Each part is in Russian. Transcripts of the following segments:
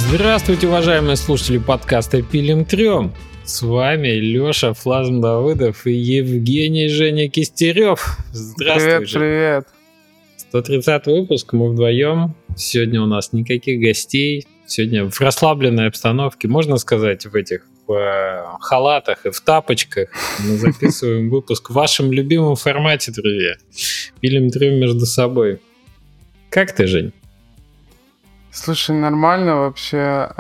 Здравствуйте, уважаемые слушатели подкаста «Пилим трем». С вами Леша Флазм Давыдов и Евгений Женя Кистерев. Здравствуйте. Привет. 130 выпуск, мы вдвоем. Сегодня у нас никаких гостей. Сегодня в расслабленной обстановке, можно сказать, в халатах и в тапочках. Мы записываем выпуск в вашем любимом формате, друзья. Пилим трем между собой. Как ты, Жень? Слушай, нормально вообще.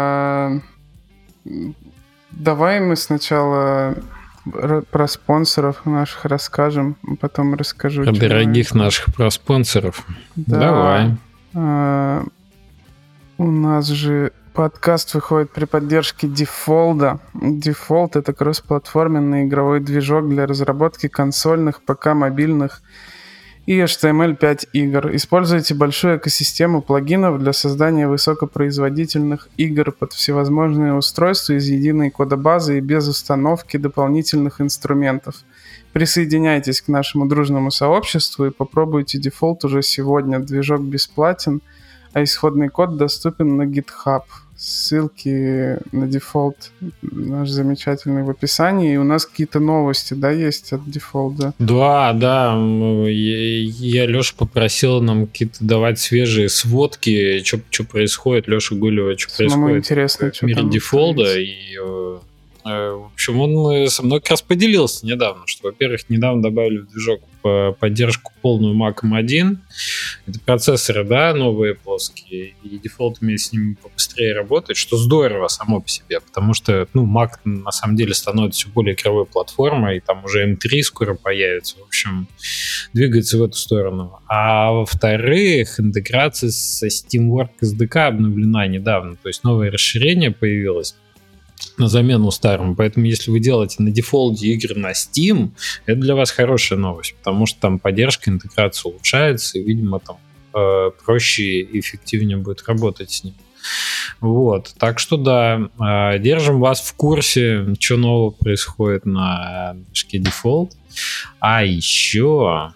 Давай мы сначала про спонсоров наших расскажем, потом расскажу. Про дорогих наших проспонсоров. Да. Давай. У нас же подкаст выходит при поддержке Default. Default — это кроссплатформенный игровой движок для разработки консольных, ПК, мобильных и HTML5 игр. Используйте большую экосистему плагинов для создания высокопроизводительных игр под всевозможные устройства из единой кодобазы и без установки дополнительных инструментов. Присоединяйтесь к нашему дружному сообществу и попробуйте Default уже сегодня. Движок бесплатен, а исходный код доступен на GitHub. Ссылки на Default наш замечательный в описании. И у нас какие-то новости, да, есть от Default? Да. Я Леша попросил нам какие-то давать свежие сводки, что происходит. Леша Гулева, что происходит интересно, в мире Default. И, в общем, он со мной как раз поделился недавно, что, во-первых, недавно добавили в движок поддержку полную Mac M1. Это процессоры, да, новые плоские, и Default умеет с ними побыстрее работать, что здорово само по себе, потому что, Mac на самом деле становится все более игровой платформой, и там уже M3 скоро появится, в общем, двигается в эту сторону. А во-вторых, интеграция со Steamworks SDK обновлена недавно, то есть новое расширение появилось на замену старому. Поэтому если вы делаете на дефолте игры на Steam, это для вас хорошая новость, потому что там поддержка, интеграция улучшается, и, видимо, там проще и эффективнее будет работать с ним. Вот, так что да, держим вас в курсе, что нового происходит на движке Default. А еще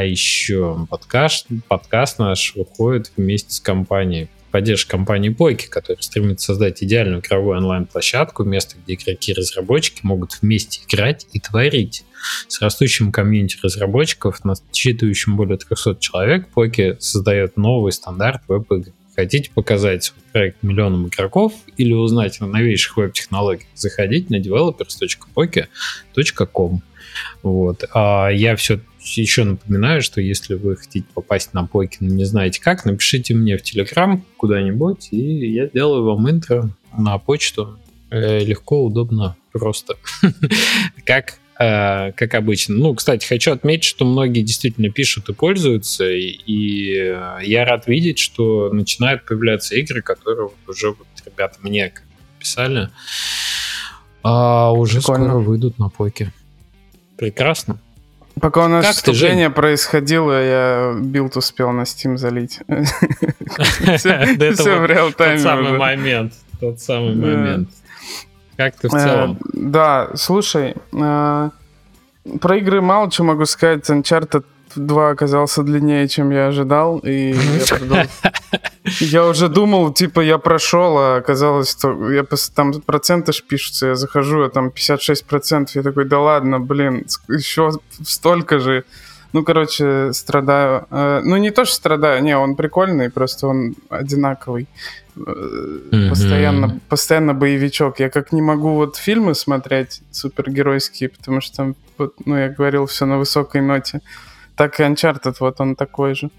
подкаст наш выходит вместе с компанией. Поддержка компании Poki, которая стремится создать идеальную игровую онлайн-площадку, место, где игроки-разработчики могут вместе играть и творить. С растущим комьюнити разработчиков, насчитывающим более 300 человек, Poki создает новый стандарт веб-игр. Хотите показать свой проект миллионам игроков или узнать о новейших веб-технологиях? Заходите на developers.poki.com. Вот. Я все еще напоминаю, что если вы хотите попасть на Poki, но не знаете как, напишите мне в Telegram куда-нибудь, и я сделаю вам интро на почту. Легко, удобно, просто. Как обычно. Кстати, хочу отметить, что многие действительно пишут и пользуются, и я рад видеть, что начинают появляться игры, которые уже ребята мне писали, уже скоро выйдут на Poki. Прекрасно. Пока у нас вступление происходило, я билд успел на Steam залить. Все в реал-тайме. Тот самый момент. Как ты в целом? Да, слушай, про игры мало чего могу сказать. Uncharted 2 оказался длиннее, чем я ожидал, и я уже думал, я прошел, а оказалось, что там проценты ж пишутся, я захожу, а там 56%, я такой, да ладно, блин, еще столько же. Страдаю. Не то, что страдаю, он прикольный, просто он одинаковый. Постоянно боевичок. Я как не могу фильмы смотреть супергеройские, потому что там, я говорил, все на высокой ноте. Так и Uncharted, он такой же.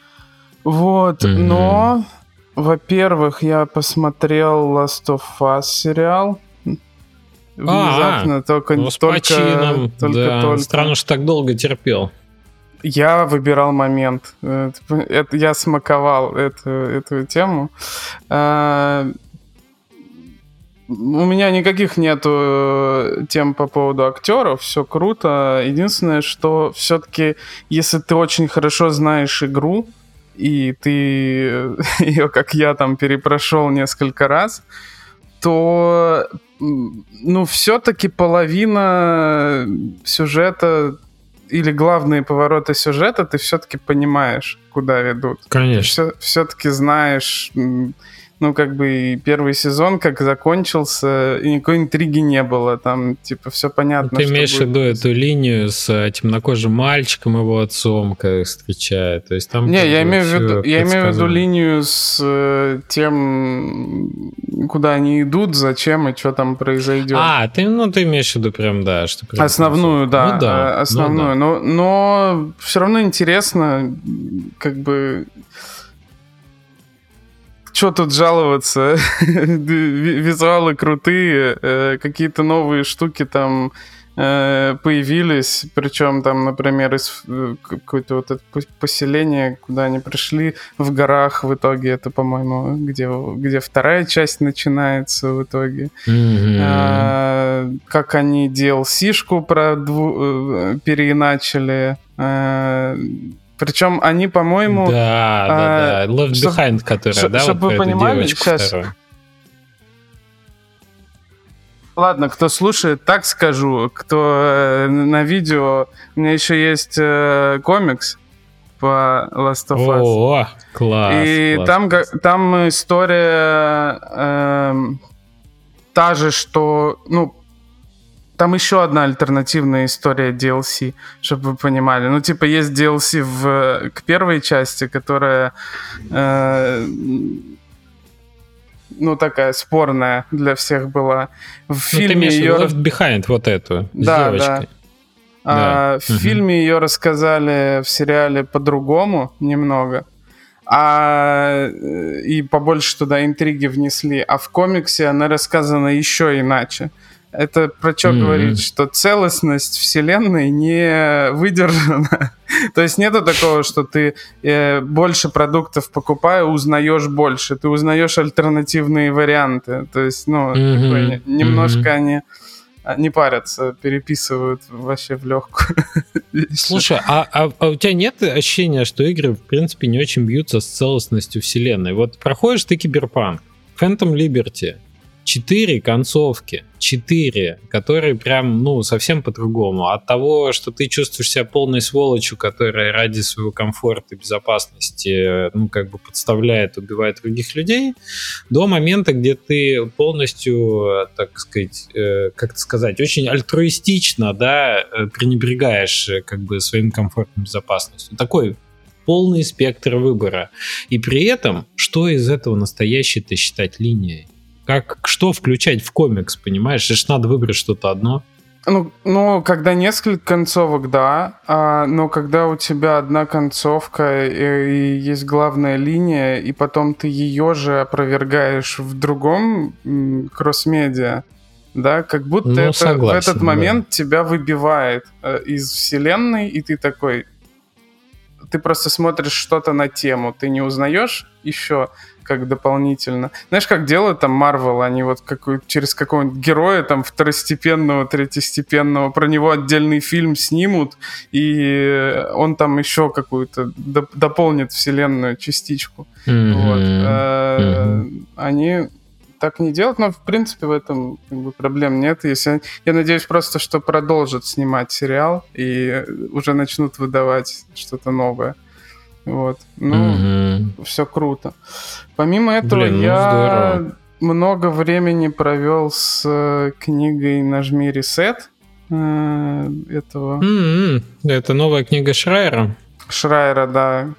Но, во-первых, я посмотрел Last of Us сериал. Внезапно, только. Странно, что так долго терпел. Я выбирал момент. Я смаковал эту тему. У меня никаких нету тем по поводу актеров, все круто. Единственное, что все-таки, если ты очень хорошо знаешь игру, и ты ее, как я, там перепрошел несколько раз, то, все-таки половина сюжета или главные повороты сюжета ты все-таки понимаешь, куда ведут. Конечно. Все-таки знаешь Ну, как бы и первый сезон как закончился, и никакой интриги не было. Там, типа, все понятно. Ты имеешь в виду эту линию с темнокожим мальчиком, его отцом, как встречает. То есть там... Не, я имею в виду линию с тем, куда они идут, зачем и что там произойдет. Ты имеешь в виду прям, да. Что прям основную, да. Ну, да. Основную. Ну, да. Но все равно интересно, как бы... Что тут жаловаться? Визуалы крутые, какие-то новые штуки там появились, причем там, например, из какое-то вот это поселение, куда они пришли в горах в итоге, это, по-моему, где вторая часть начинается в итоге. Как они DLC-шку переиначили. Причем они, по-моему... Да. Left Behind, которая, да? Чтобы вот вы понимали, сейчас... Вторую. Ладно, кто слушает, так скажу. Кто на видео... У меня еще есть комикс по Last of Us. О, класс. И там история та же, что... Ну, там еще одна альтернативная история DLC, чтобы вы понимали. Ну, типа, есть DLC к первой части, которая, такая спорная для всех была. В фильме ее... Left Behind, вот эту, с девочкой. Да. В фильме ее рассказали в сериале по-другому немного. И побольше туда интриги внесли. А в комиксе она рассказана еще иначе. Это про что говорит, что целостность вселенной не выдержана. То есть нету такого, что ты больше продуктов покупая, узнаешь больше. Ты узнаешь альтернативные варианты. То есть, немножко они не парятся, переписывают вообще в легкую. Слушай, а у тебя нет ощущения, что игры, в принципе, не очень бьются с целостностью вселенной? Вот проходишь ты Киберпанк, Phantom Liberty, 4 концовки, 4, которые прям, совсем по-другому. От того, что ты чувствуешь себя полной сволочью, которая ради своего комфорта и безопасности, подставляет, убивает других людей, до момента, где ты полностью, очень альтруистично, пренебрегаешь, своим комфортом и безопасностью. Такой полный спектр выбора. И при этом, что из этого настоящей-то считать линией? Что включать в комикс, понимаешь? Это ж надо выбрать что-то одно. Ну, когда несколько концовок, да. Но когда у тебя одна концовка и есть главная линия, и потом ты ее же опровергаешь в другом кросс-медиа, да, как будто в этот момент тебя выбивает из вселенной, и ты такой... Ты просто смотришь что-то на тему, ты не узнаешь еще как дополнительно. Знаешь, как делают там Marvel, они вот через какого-нибудь героя там второстепенного, третьестепенного, про него отдельный фильм снимут, и он там еще какую-то дополнит вселенную частичку. Они так не делают, но в принципе в этом проблем нет. Я надеюсь просто, что продолжат снимать сериал и уже начнут выдавать что-то новое. Вот. Все круто. Помимо этого, я много времени провел с книгой «Нажми ресет». Этого... Это новая книга Шрайера? Шрайера, да.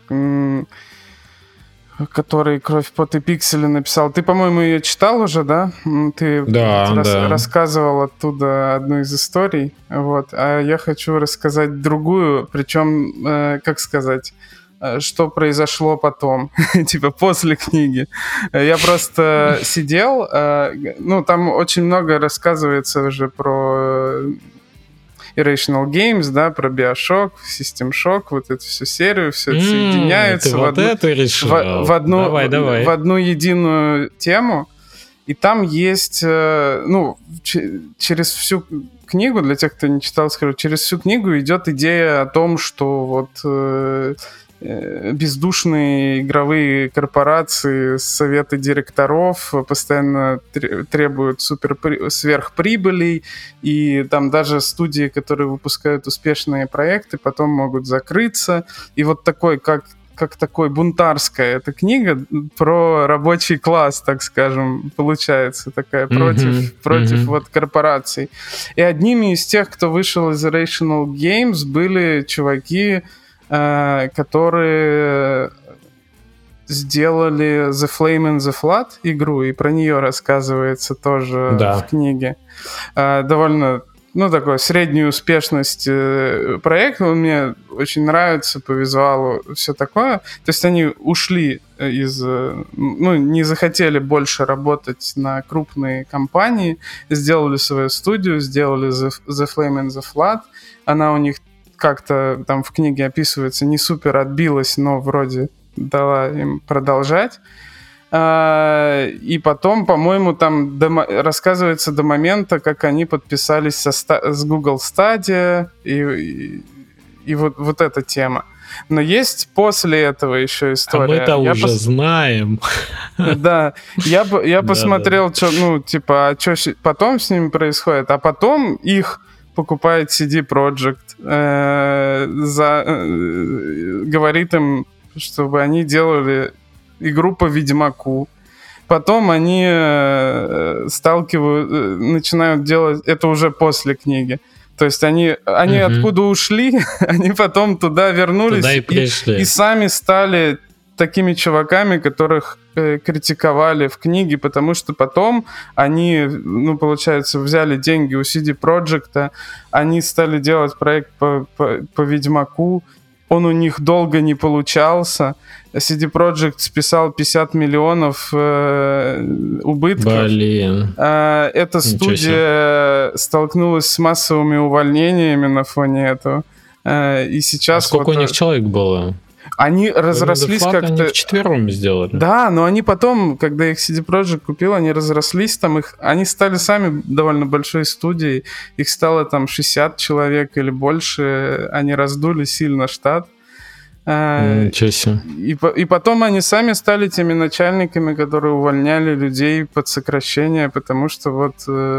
Который «Кровь, пот и пиксели» написал. Ты, по-моему, ее читал уже, да? Ты рассказывал оттуда одну из историй. Вот. А я хочу рассказать другую, причем, что произошло потом, типа после книги. Я просто сидел, там очень много рассказывается уже про Irrational Games, да, про BioShock, System Shock, вот эту всю серию, все это соединяется в одну единую тему. И там есть, через всю книгу, для тех, кто не читал, скажу, через всю книгу идет идея о том, что вот бездушные игровые корпорации, советы директоров постоянно требуют сверхприбылей, и там даже студии, которые выпускают успешные проекты, потом могут закрыться. И вот такой, как как такой бунтарская. Это книга про рабочий класс, так скажем, получается, такая против вот корпораций. И одними из тех, кто вышел из Irrational Games, были чуваки, которые сделали The Flame and the Flood игру, и про нее рассказывается тоже в книге. Довольно, такой средней успешности проект. Он мне очень нравится по визуалу, все такое. То есть они ушли не захотели больше работать на крупные компании, сделали свою студию, сделали The Flame and the Flood. Она у них как-то там в книге описывается, не супер отбилась, но вроде дала им продолжать. И потом, по-моему, там рассказывается до момента, как они подписались с Google Stadia и вот эта тема. Но есть после этого еще история. А мы-то уже знаем. Да, я посмотрел, что потом с ними происходит, а потом их покупает CD Projekt, говорит им, чтобы они делали игру по Ведьмаку. Потом они начинают делать... Это уже после книги. То есть они откуда ушли, они потом туда вернулись и сами стали такими чуваками, которых критиковали в книге, потому что потом они, получается, взяли деньги у CD Projekt, они стали делать проект по Ведьмаку, он у них долго не получался, CD Projekt списал 50 миллионов убытков. Блин. Эта студия столкнулась с массовыми увольнениями на фоне этого. И сейчас... А сколько у них человек было? Они разрослись как-то... Они вчетвером сделали. Да, но они потом, когда их CD Projekt купил, они разрослись, они стали сами довольно большой студией, их стало там 60 человек или больше, они раздули сильно штат. Ничего себе. И потом они сами стали теми начальниками, которые увольняли людей под сокращение, потому что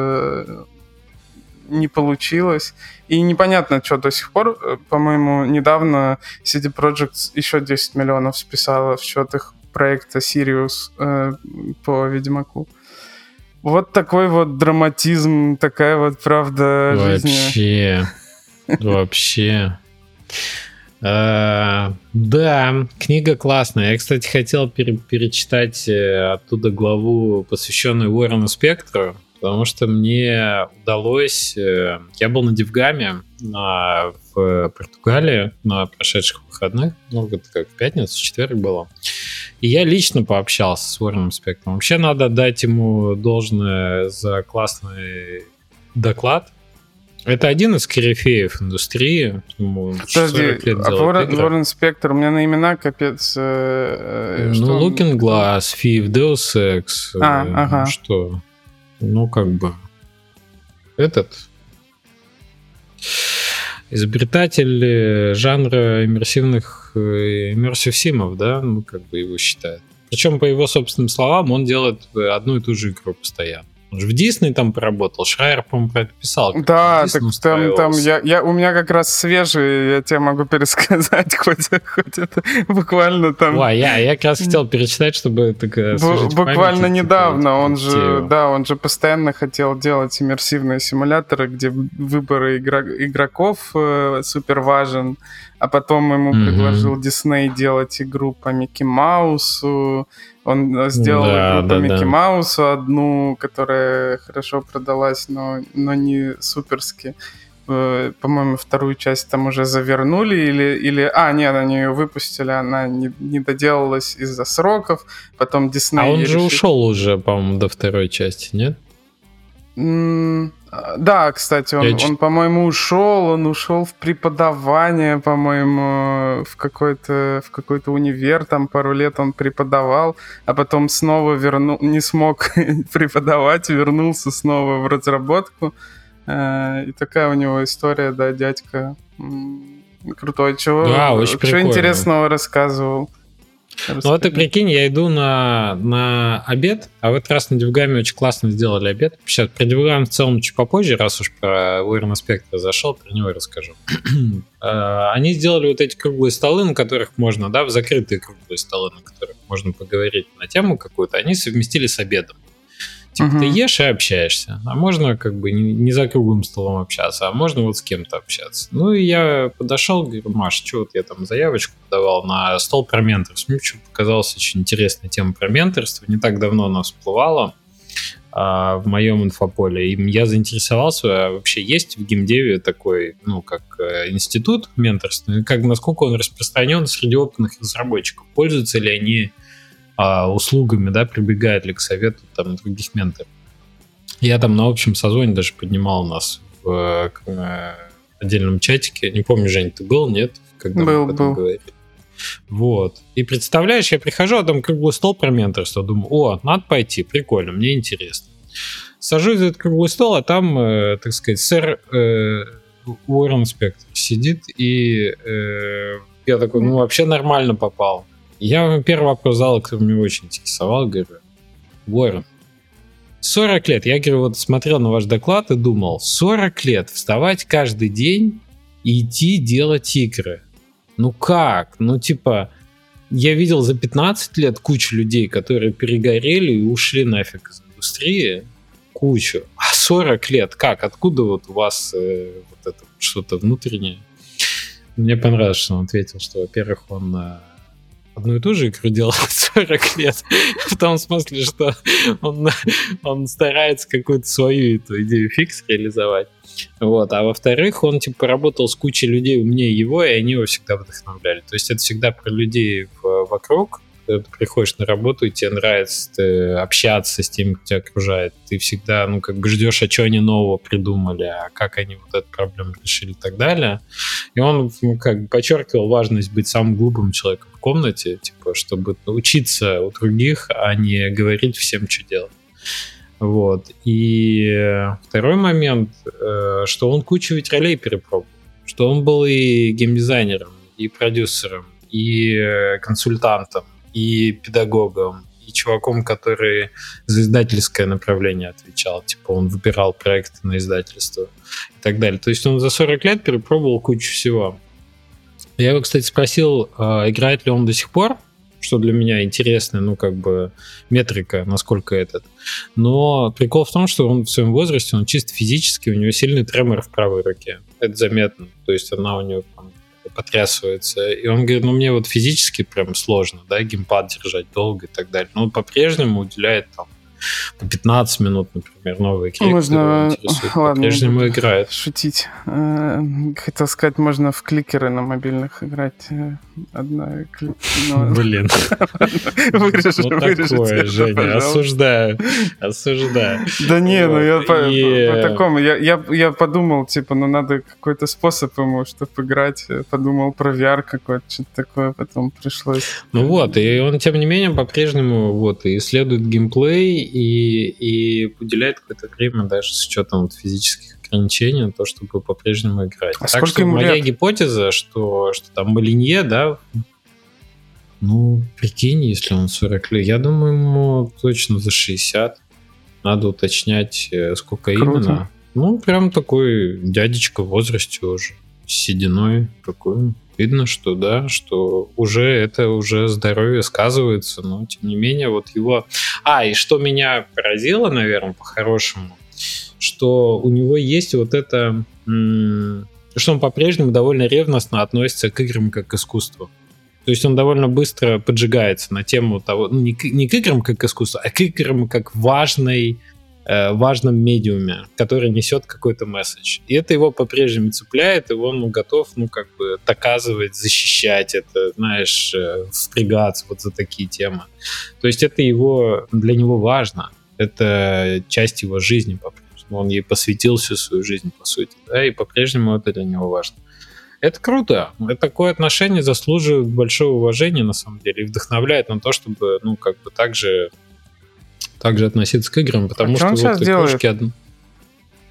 не получилось. И непонятно, что до сих пор. По-моему, недавно CD Projekt еще 10 миллионов списала в счет их проекта Sirius по Ведьмаку. Вот такой вот драматизм, такая вот правда жизни. Вообще. Да, книга классная. Я, кстати, хотел перечитать оттуда главу, посвященную Уоррену Спектру, потому что мне удалось... Я был на Дивгаме в Португалии на прошедших выходных, это как в пятницу, в четверг было. И я лично пообщался с Уорреном Спектром. Вообще надо дать ему должное за классный доклад. Это один из корифеев индустрии. Ему 40 лет делает игры. Уоррен Спектр, у меня на имена капец... Looking Glass, Thief, Deus Ex. Ага. Что? Изобретатель жанра иммерсив симов, да, его считают. Причем, по его собственным словам, он делает одну и ту же игру постоянно. Он же в Дисней там поработал, Шрайер, по-моему, про это писал. Да, так там у меня как раз свежий, я тебе могу пересказать, хоть это буквально там... Я как раз хотел перечитать, чтобы освежить буквально память, недавно, он же постоянно хотел делать иммерсивные симуляторы, где выбор игроков супер важен, а потом ему предложил Дисней делать игру по Микки Маусу. Он сделал игру по Микки Маусу одну, которая хорошо продалась, но не суперски. По-моему, вторую часть там уже завернули или... нет, они ее выпустили, она не доделалась из-за сроков. Потом Дисней... А он же ушел уже, по-моему, до второй части, нет? Да, кстати, он, по-моему, ушел в преподавание, по-моему, в какой-то универ, там пару лет он преподавал, а потом снова не смог преподавать, вернулся снова в разработку. И такая у него история, да, дядька крутой. Чего интересного рассказывал? Ну вот ты прикинь, я иду на обед, а в этот раз на Девгаме очень классно сделали обед. Сейчас про Девгам в целом чуть попозже, раз уж про Warren Spector зашел, про него расскажу. Они сделали вот эти круглые столы, на которых можно, да, в закрытые круглые столы, на которых можно поговорить на тему какую-то, они совместили с обедом. Типа ты ешь и общаешься, а можно как бы не за круглым столом общаться, а можно вот с кем-то общаться. Ну и я подошел, говорю: Маш, что вот я там заявочку подавал на стол про менторство. Мне что-то показалась очень интересная тема про менторство. Не так давно она всплывала в моем инфополе, и я заинтересовался, а вообще есть в геймдеве такой, ну, как институт менторства, и как, насколько он распространен среди опытных разработчиков, пользуются ли они услугами, да, прибегают ли к совету там других менторов. Я там на общем созвоне даже поднимал нас в отдельном чатике. Не помню, Жень, ты был, нет? Когда мы об этом говорили. Вот. И представляешь, я прихожу, а там круглый стол про менторство. Думаю, надо пойти, прикольно, мне интересно. Сажусь за этот круглый стол, а там, так сказать, сэр Warren Spector сидит, и я такой, вообще нормально попал. Я первый вопрос задал, который меня очень интересовал, говорю: Уоррен, 40 лет, я, говорю, вот смотрел на ваш доклад и думал, 40 лет вставать каждый день и идти делать игры. Ну как? Ну типа, я видел за 15 лет кучу людей, которые перегорели и ушли нафиг из индустрии, кучу. А 40 лет как? Откуда вот у вас вот это что-то внутреннее? Мне понравилось, что он ответил, что, во-первых, он одну и ту же игру делал 40 лет, в том смысле, что он старается какую-то свою эту идею фикс реализовать. Вот. А во-вторых, он типа работал с кучей людей умнее его, и они его всегда вдохновляли. То есть это всегда про людей вокруг. Когда ты приходишь на работу, и тебе нравится общаться с теми, кто тебя окружает. Ты всегда, ну, как бы ждешь, а что они нового придумали, а как они вот эту проблему решили и так далее. И он, ну, как бы подчеркивал важность быть самым глупым человеком в комнате, типа, чтобы учиться у других, а не говорить всем, что делать. Вот. И второй момент, что он кучу ведь ролей перепробовал. Что он был и геймдизайнером, и продюсером, и консультантом, и педагогом, и чуваком, который за издательское направление отвечал. Типа он выбирал проекты на издательство и так далее. То есть он за 40 лет перепробовал кучу всего. Я его, кстати, спросил, играет ли он до сих пор, что для меня интересно, ну, как бы, метрика, насколько этот. Но прикол в том, что он в своем возрасте, он чисто физически, у него сильный тремор в правой руке. Это заметно. То есть она у него там потрясывается. И он говорит, ну, мне вот физически прям сложно, да, геймпад держать долго и так далее. Но он по-прежнему уделяет там по 15 минут, например, новые игры. Можно, ладно, по-прежнему играет. Шутить. Хотел сказать, можно в кликеры на мобильных играть. Одна Блин. Вот такое, Женя, осуждаю. Да не, ну я по такому, я подумал, типа, ну надо какой-то способ ему, чтобы играть. Подумал про VR какой-то, что-то такое, потом пришлось. Ну вот, и он, тем не менее, по-прежнему вот исследует геймплей и уделяет какое-то время даже с учетом вот физических ограничений на то, чтобы по-прежнему играть. А так что моя гипотеза, что там Молинье, да, ну, прикинь, если он 40 лет, я думаю, ему точно за 60. Надо уточнять, сколько именно. Ну, прям такой дядечка в возрасте уже, с сединой такой. Видно, что да, что это уже здоровье сказывается, но тем не менее вот его... и что меня поразило, наверное, по-хорошему, что у него есть вот это... что он по-прежнему довольно ревностно относится к играм как к искусству. То есть он довольно быстро поджигается на тему того... не к играм как к искусству, а к играм как важном медиуме, который несет какой-то месседж. И это его по-прежнему цепляет, и он готов, доказывать, защищать это, знаешь, впрягаться вот за такие темы. То есть это для него важно. Это часть его жизни по-прежнему. Он ей посвятил всю свою жизнь, по сути, да, и по-прежнему это для него важно. Это круто. Такое отношение заслуживает большого уважения, на самом деле, и вдохновляет на то, чтобы, также относиться к играм, потому что вот игрушки одну.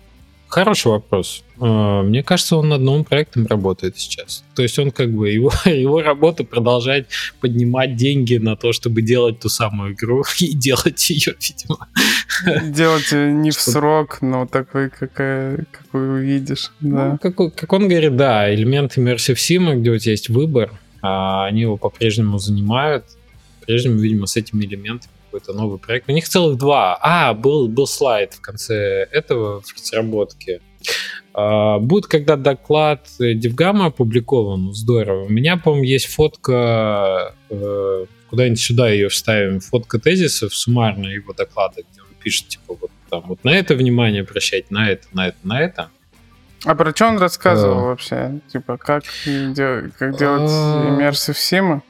Хороший вопрос. Мне кажется, он над новым проектом работает сейчас. То есть он как бы, его работа продолжать поднимать деньги на то, чтобы делать ту самую игру и делать ее, видимо. Делать не в срок, но такой, какой увидишь. Да. Ну, как он говорит, да, элементы Immersive Sim, где у тебя есть выбор, они его по-прежнему занимают. По-прежнему, видимо, с этими элементами какой-то новый проект. У них целых 2. Был слайд в конце этого в разработке. Будет, когда доклад DevGamma опубликован, здорово. У меня, по-моему, есть фотка, куда-нибудь сюда ее вставим, фотка тезисов суммарная его доклада, где он пишет, типа, вот там, вот на это внимание обращать, на это. А про что он рассказывал вообще? Типа, как делать Immersive Sim?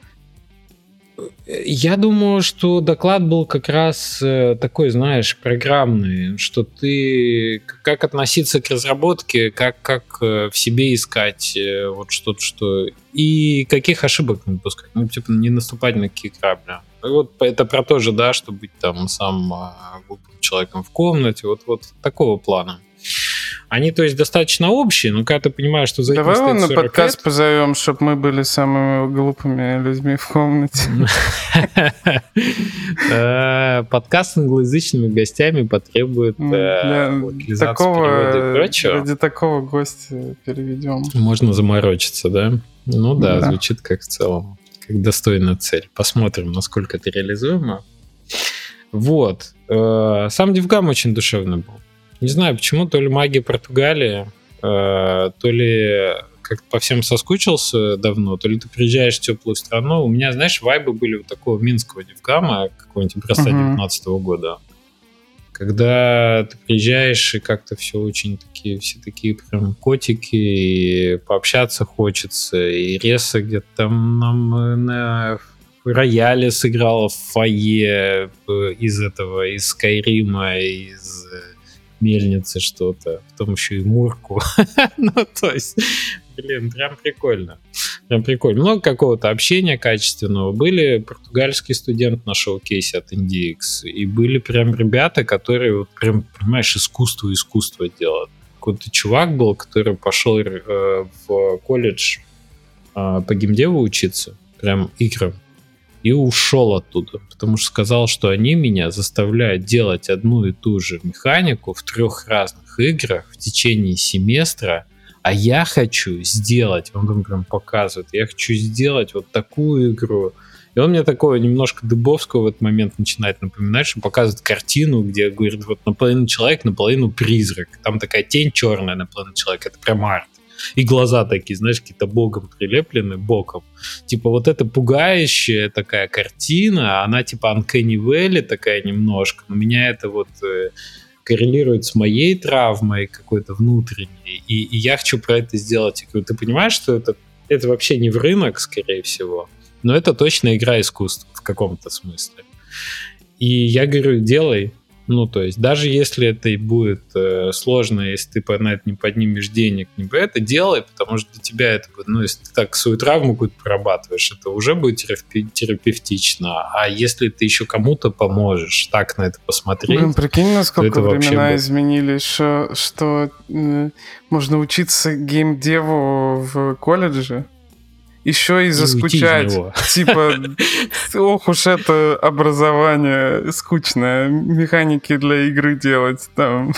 Я думаю, что доклад был как раз такой, знаешь, программный, что ты как относиться к разработке, как в себе искать вот что-то, что и каких ошибок не допускать, ну типа не наступать на какие грабли. Вот это про то же, да, что быть там самым глупым человеком в комнате, вот такого плана. Они, то есть, достаточно общие, но когда ты понимаешь, что за этим стоит 40 лет... Давай на подкаст позовем, чтобы мы были самыми глупыми людьми в комнате. Подкаст с англоязычными гостями потребует локализацию перевода и прочего. Ради такого гостя переведем. Можно заморочиться, да? Ну да, звучит как в целом, как достойная цель. Посмотрим, насколько это реализуемо. Вот. Сам DevGamma очень душевный был. Не знаю почему, то ли магия Португалии, то ли как-то по всем соскучился давно, то ли ты приезжаешь в теплую страну. У меня, знаешь, вайбы были вот такого минского DevGamma, какого-нибудь образца 19 года. Когда ты приезжаешь, и как-то все такие прям котики, и пообщаться хочется, и Реса где-то там нам на рояле сыграла в фойе из Скайрима, из мельницы что-то, потом еще и Мурку. Ну, то есть, прям прикольно. Прям прикольно. Много какого-то общения качественного. Были португальские студенты на шоу-кейсе от IndieX, и были прям ребята, которые, вот прям, понимаешь, искусство делают. Какой-то чувак был, который пошел в колледж по геймдеву учиться, прям играм, и ушел оттуда, потому что сказал, что они меня заставляют делать одну и ту же механику в 3 разных играх в течение семестра, а я хочу сделать, он там прям показывает, я хочу сделать вот такую игру. И он мне такого немножко Дыбовского в этот момент начинает напоминать, что показывает картину, где, говорит, вот наполовину человек, наполовину призрак. Там такая тень черная наполовину человека, это прям арт. И глаза такие, знаешь, какие-то богом прилеплены, боком. Типа вот эта пугающая такая картина, она типа Uncanny Valley такая немножко, но меня это вот коррелирует с моей травмой какой-то внутренней, и я хочу про это сделать. Я говорю, ты понимаешь, что это вообще не в рынок, скорее всего, но это точно игра искусства в каком-то смысле. И я говорю, делай. Ну, то есть, даже если это и будет сложно, если ты на это не поднимешь денег, не это делай, потому что для тебя это будет, ну, если ты так свою травму какую-то прорабатываешь, это уже будет терапевтично. А если ты еще кому-то поможешь так на это посмотреть... Блин, прикинь, насколько времена изменились, что можно учиться геймдеву в колледже, еще и заскучать. Типа, ох уж это образование скучное. Механики для игры делать там.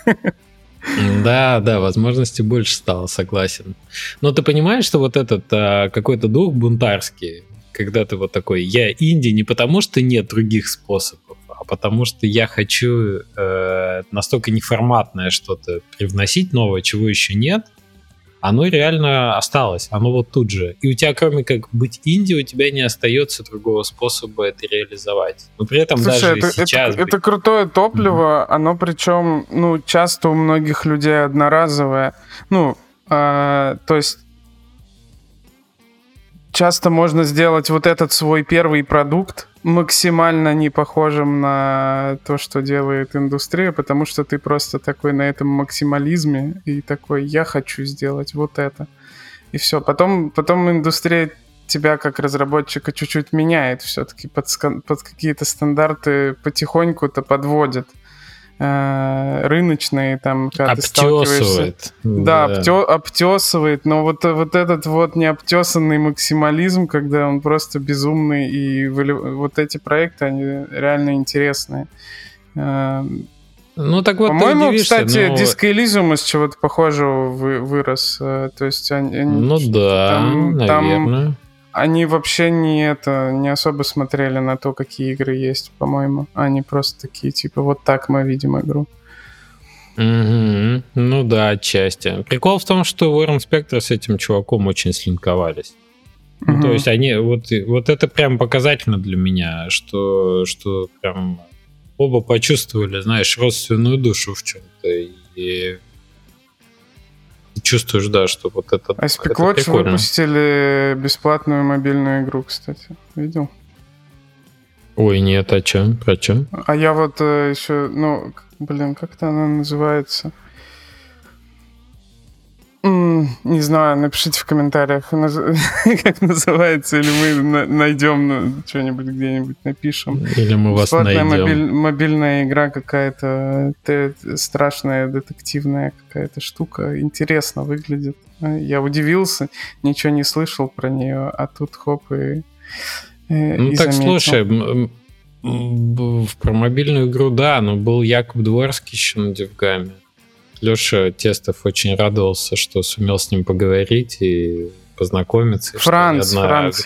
Да, возможностей больше стало, согласен. Но ты понимаешь, что вот этот какой-то дух бунтарский, когда ты вот такой, я инди не потому, что нет других способов, а потому что я хочу настолько неформатное что-то привносить новое, чего еще нет, оно реально осталось, оно вот тут же. И у тебя, кроме как быть инди, у тебя не остается другого способа это реализовать. Но при этом слушай, даже сейчас... Это крутое топливо, оно причем, ну, часто у многих людей одноразовое. Ну, то есть часто можно сделать вот этот свой первый продукт максимально не похожим на то, что делает индустрия, потому что ты просто такой на этом максимализме и такой, я хочу сделать вот это. И все. Потом индустрия тебя как разработчика чуть-чуть меняет все-таки, под какие-то стандарты потихоньку-то подводит. рыночные, там, когда ты сталкиваешься... Да, обтесывает, но вот этот вот необтесанный максимализм, когда он просто безумный, и вот эти проекты, они реально интересные. Ну, так вот, по-моему, ты удивишься, кстати, но... Disco Elysium из чего-то похожего вырос. То есть они... Ну да, наверное. Они вообще не особо смотрели на то, какие игры есть, по-моему. Они просто такие, типа, вот так мы видим игру. Угу. Ну да, отчасти. Прикол в том, что Warren Spector с этим чуваком очень слинковались. Ну, то есть они... Вот это прям показательно для меня, что прям оба почувствовали, знаешь, родственную душу в чем-то. И чувствуешь, да, что вот это... А Epic Watch выпустили бесплатную мобильную игру, кстати. Видел? Ой, нет, а чё? Про чё? А я вот еще, как-то она называется? Не знаю, напишите в комментариях, как называется, или мы найдем что-нибудь где-нибудь, напишем. Или мы вас найдем. Мобильная игра какая-то, страшная, детективная какая-то штука. Интересно выглядит. Я удивился, ничего не слышал про нее, а тут хоп и ну так, заметил. слушай, про мобильную игру, да, но был Якуб Дворский еще на Девгаме. Леша Тестов очень радовался, что сумел с ним поговорить и познакомиться. Франц. Франц.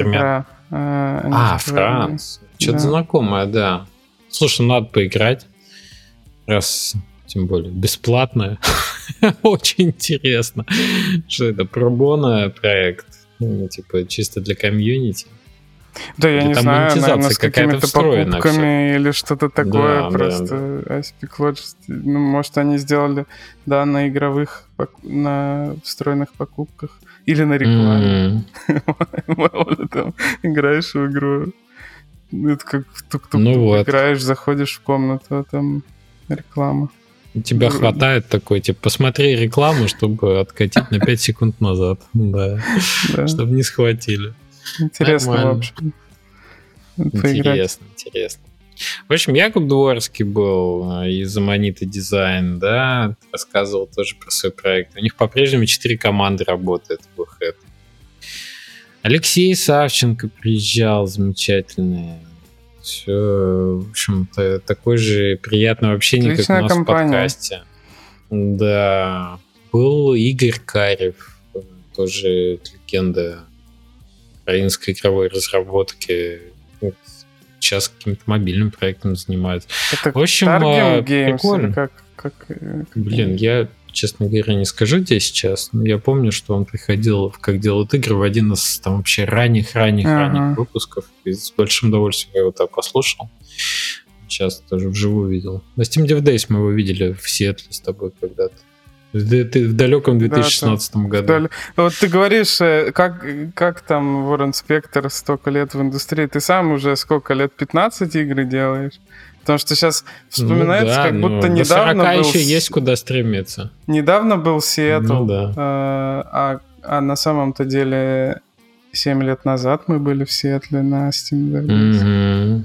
Что-то знакомое, да. Слушай, надо поиграть. Раз, тем более, бесплатно. Очень интересно. Что это, пробона проект? Ну, типа, чисто для комьюнити. Да, я не знаю, наверное, с какими-то покупками всё. или что-то такое. Да, просто Epic Watch, может, они сделали, да, на игровых, на встроенных покупках или на рекламе. Мало ли там играешь в игру. Это как тук-тук-тук играешь, заходишь в комнату, а там реклама. Тебя хватает такой, типа, посмотри рекламу, чтобы откатить на 5 секунд назад. Да. Чтобы не схватили. Интересно, в общем. Интересно. В общем, Якуб Дворский был из Аманита Дизайн, да, рассказывал тоже про свой проект. У них по-прежнему 4 команды работают в Head. Алексей Савченко приезжал, замечательный. Все, в общем-то, такой же приятный общение, отличная как у нас компания. В подкасте. Да. Был Игорь Карев, тоже легенда украинской игровой разработки. Сейчас каким-то мобильным проектом занимается. Это в общем, прикольно. Блин, я, честно говоря, не скажу тебе сейчас, но я помню, что он приходил в «Как делают игры» в один из там вообще ранних выпусков, и с большим удовольствием я его там послушал. Сейчас тоже вживую видел. На Steam Dev Days мы его видели в Сиэтле с тобой когда-то. В далеком 2016 году. Вот ты говоришь, как там Warren Spector столько лет в индустрии. Ты сам уже сколько лет? 15 игры делаешь? Потому что сейчас вспоминается, как будто недавно был... еще есть куда стремиться. Недавно был Сиэтл, а на самом-то деле 7 лет назад мы были в Сиэтле на Steam Dev Days.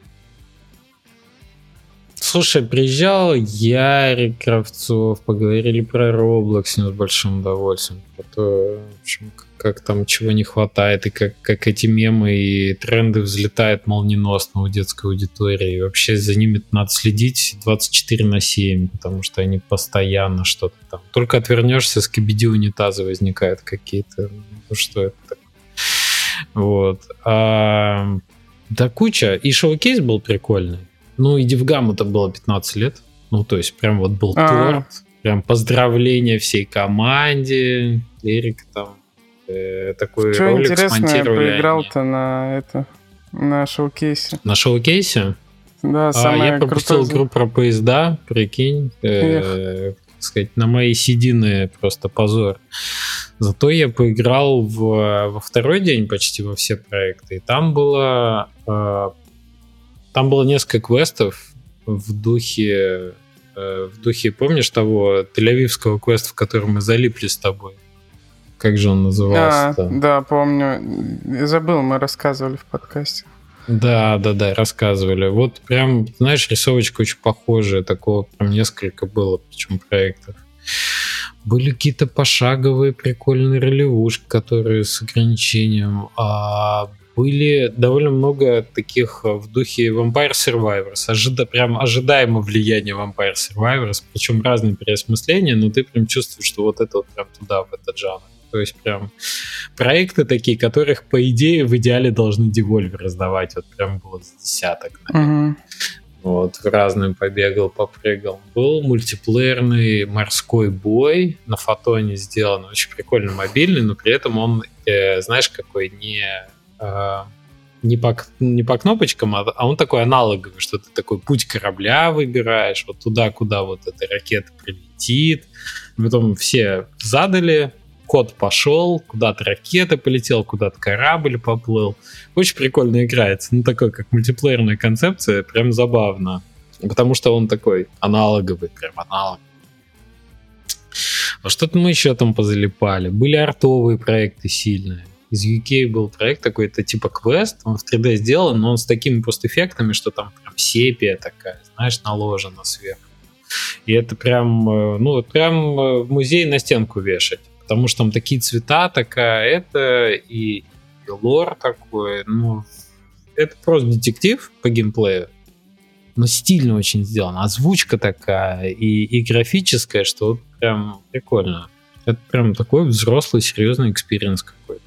Слушай, приезжал Ярик Кравцов, поговорили про Roblox с ним с большим удовольствием. Про то, в общем, как там чего не хватает, и как эти мемы и тренды взлетают молниеносно у детской аудитории. И вообще за ними надо следить 24/7, потому что они постоянно что-то там. Только отвернешься, скибиди унитазы возникают какие-то. Ну что это такое? Вот. Да куча. И шоу-кейс был прикольный. Ну, и Девгаму-то было 15 лет. Ну, то есть, прям вот был торт. Прям поздравления всей команде. Эрик там такой что ролик интересно, смонтировали. Я поиграл-то на шоу-кейсе. На шоу-кейсе? Да, самое я пропустил игру про поезда, прикинь. Сказать, на мои седины просто позор. Зато я поиграл во второй день почти во все проекты. И там было несколько квестов в духе, помнишь, того тель-авивского квеста, в котором мы залипли с тобой? Как же он назывался? Да, помню. Я забыл, мы рассказывали в подкасте. Да, рассказывали. Вот прям, знаешь, рисовочка очень похожая, такого прям несколько было, причем проектов. Были какие-то пошаговые прикольные ролевушки, которые с ограничением. Были довольно много таких в духе Vampire Survivors. Прям ожидаемо влияние Vampire Survivors, причем разные переосмысления, но ты прям чувствуешь, что вот это вот прям туда, в этот жанр. То есть прям проекты такие, которых, по идее, в идеале должны Devolver раздавать. Вот прям было с десяток, наверное. Вот, в разные побегал, попрыгал. Был мультиплеерный морской бой, на фотоне сделан, очень прикольно мобильный, но при этом он, знаешь, какой не по кнопочкам, а он такой аналоговый, что ты такой путь корабля выбираешь, вот туда, куда вот эта ракета прилетит. Потом все задали, код пошел, куда-то ракета полетела, куда-то корабль поплыл. Очень прикольно играется. Ну, такой, как мультиплеерная концепция, прям забавно. Потому что он такой аналоговый, прям аналоговый. А что-то мы еще там позалипали. Были артовые проекты сильные. Из UK был проект такой-то типа квест, он в 3D сделан, но он с такими постэффектами, что там прям сепия такая, знаешь, наложена сверху. И это прям, прям в музей на стенку вешать. Потому что там такие цвета, и лор такой, это просто детектив по геймплею, но стильно очень сделано, озвучка такая и графическая, что вот прям прикольно. Это прям такой взрослый, серьезный экспириенс какой-то.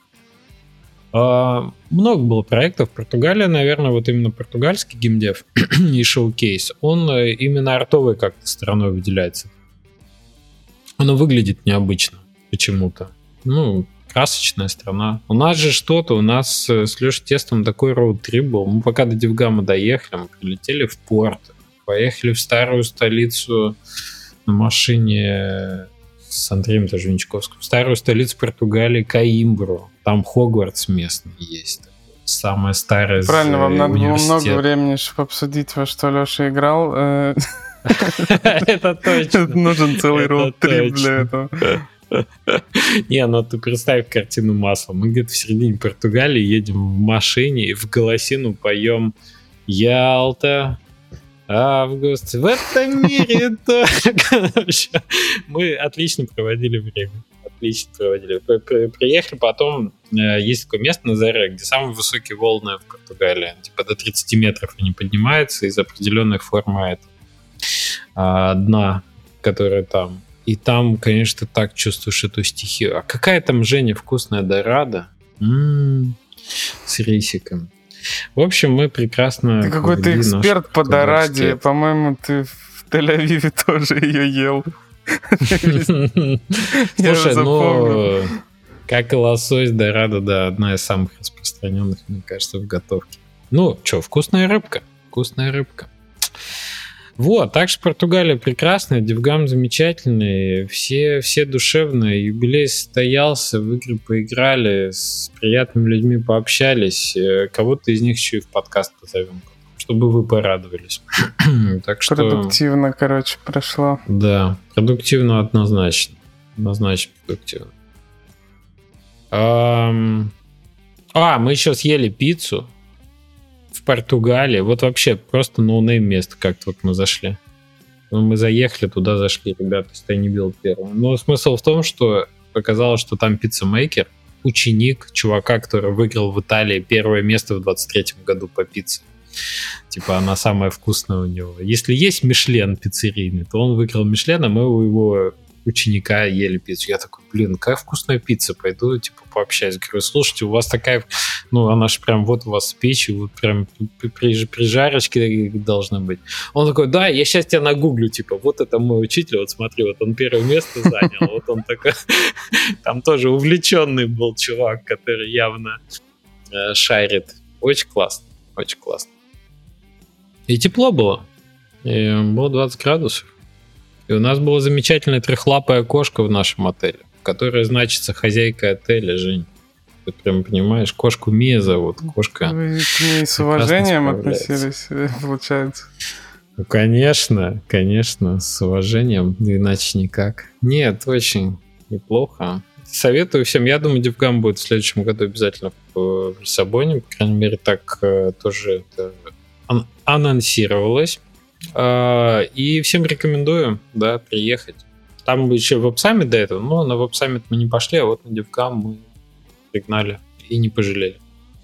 Много было проектов. Португалия, наверное, вот именно португальский геймдев и шоу-кейс, он именно артовой как-то стороной выделяется. Оно выглядит необычно почему-то. Красочная страна. У нас же у нас с Лешей Тестом такой роуд-трип был. Мы пока до Дивгама доехали, мы прилетели в порт, поехали в старую столицу на машине с Андреем Тажунчковским, в старую столицу Португалии, Коимбру. Там Хогвартс местный есть. Самая старая. Правильно, вам надо было много времени, чтобы обсудить, во что Леша играл. Это точно. Нужен целый роуд-трип для этого. Не, ты представь картину маслом. Мы где-то в середине Португалии едем в машине и в голосину поем «Ялта, август, в этом мире только». Мы отлично проводили время. Приехали потом, есть такое место на Заре, где самые высокие волны в Португалии. Типа до 30 метров они поднимаются из определенной формы дна, которая там. И там, конечно, ты так чувствуешь эту стихию. А какая там, Женя, вкусная дорада? С рисиком. В общем, мы прекрасно... Ты какой-то эксперт по дораде. По-моему, ты в Тель-Авиве тоже ее ел. Слушай, как и лосось, дорада, да, одна из самых распространенных, мне кажется, в готовке. Вкусная рыбка. Вкусная рыбка. Вот, так что Португалия прекрасная, Дивгам замечательный, все душевные, юбилей состоялся, в игры поиграли, с приятными людьми пообщались, кого-то из них еще и в подкаст позовем, чтобы вы порадовались. Так что... Продуктивно, прошло. Да, продуктивно однозначно. Однозначно продуктивно. Мы еще съели пиццу в Португалии. Вот вообще просто ноунейм место как-то вот мы зашли. Мы заехали, туда зашли, ребята, из Tiny Build первым. Но смысл в том, что оказалось, что там пиццемейкер, ученик чувака, который выиграл в Италии первое место в 23-м году по пицце. Типа она самая вкусная у него. Если есть Мишлен пиццерийный, то он выиграл Мишлен, а мы у его ученика ели пиццу. Я такой, какая вкусная пицца, пойду, пообщаюсь. Говорю, слушайте, у вас такая, она же прям вот у вас с печью, вот прям при жарочке должны быть. Он такой, да, я сейчас тебя нагуглю, вот это мой учитель, вот смотри, вот он первое место занял, вот он такой, там тоже увлеченный был чувак, который явно шарит. Очень классно, очень классно. И тепло было, и было 20 градусов. И у нас была замечательная трехлапая кошка в нашем отеле, которая значится хозяйка отеля, Жень. Ты прям понимаешь, кошку Мия зовут. Кошка. Вы к ней с уважением относились, получается? Конечно, с уважением, иначе никак. Нет, очень неплохо. советую всем. Я думаю, DevGam будет в следующем году обязательно в Лиссабоне. По крайней мере, так тоже это анонсировалось. И всем рекомендую, да, приехать. Там еще Web Summit до этого, но на Web Summit мы не пошли, а вот на DevGam мы пригнали и не пожалели.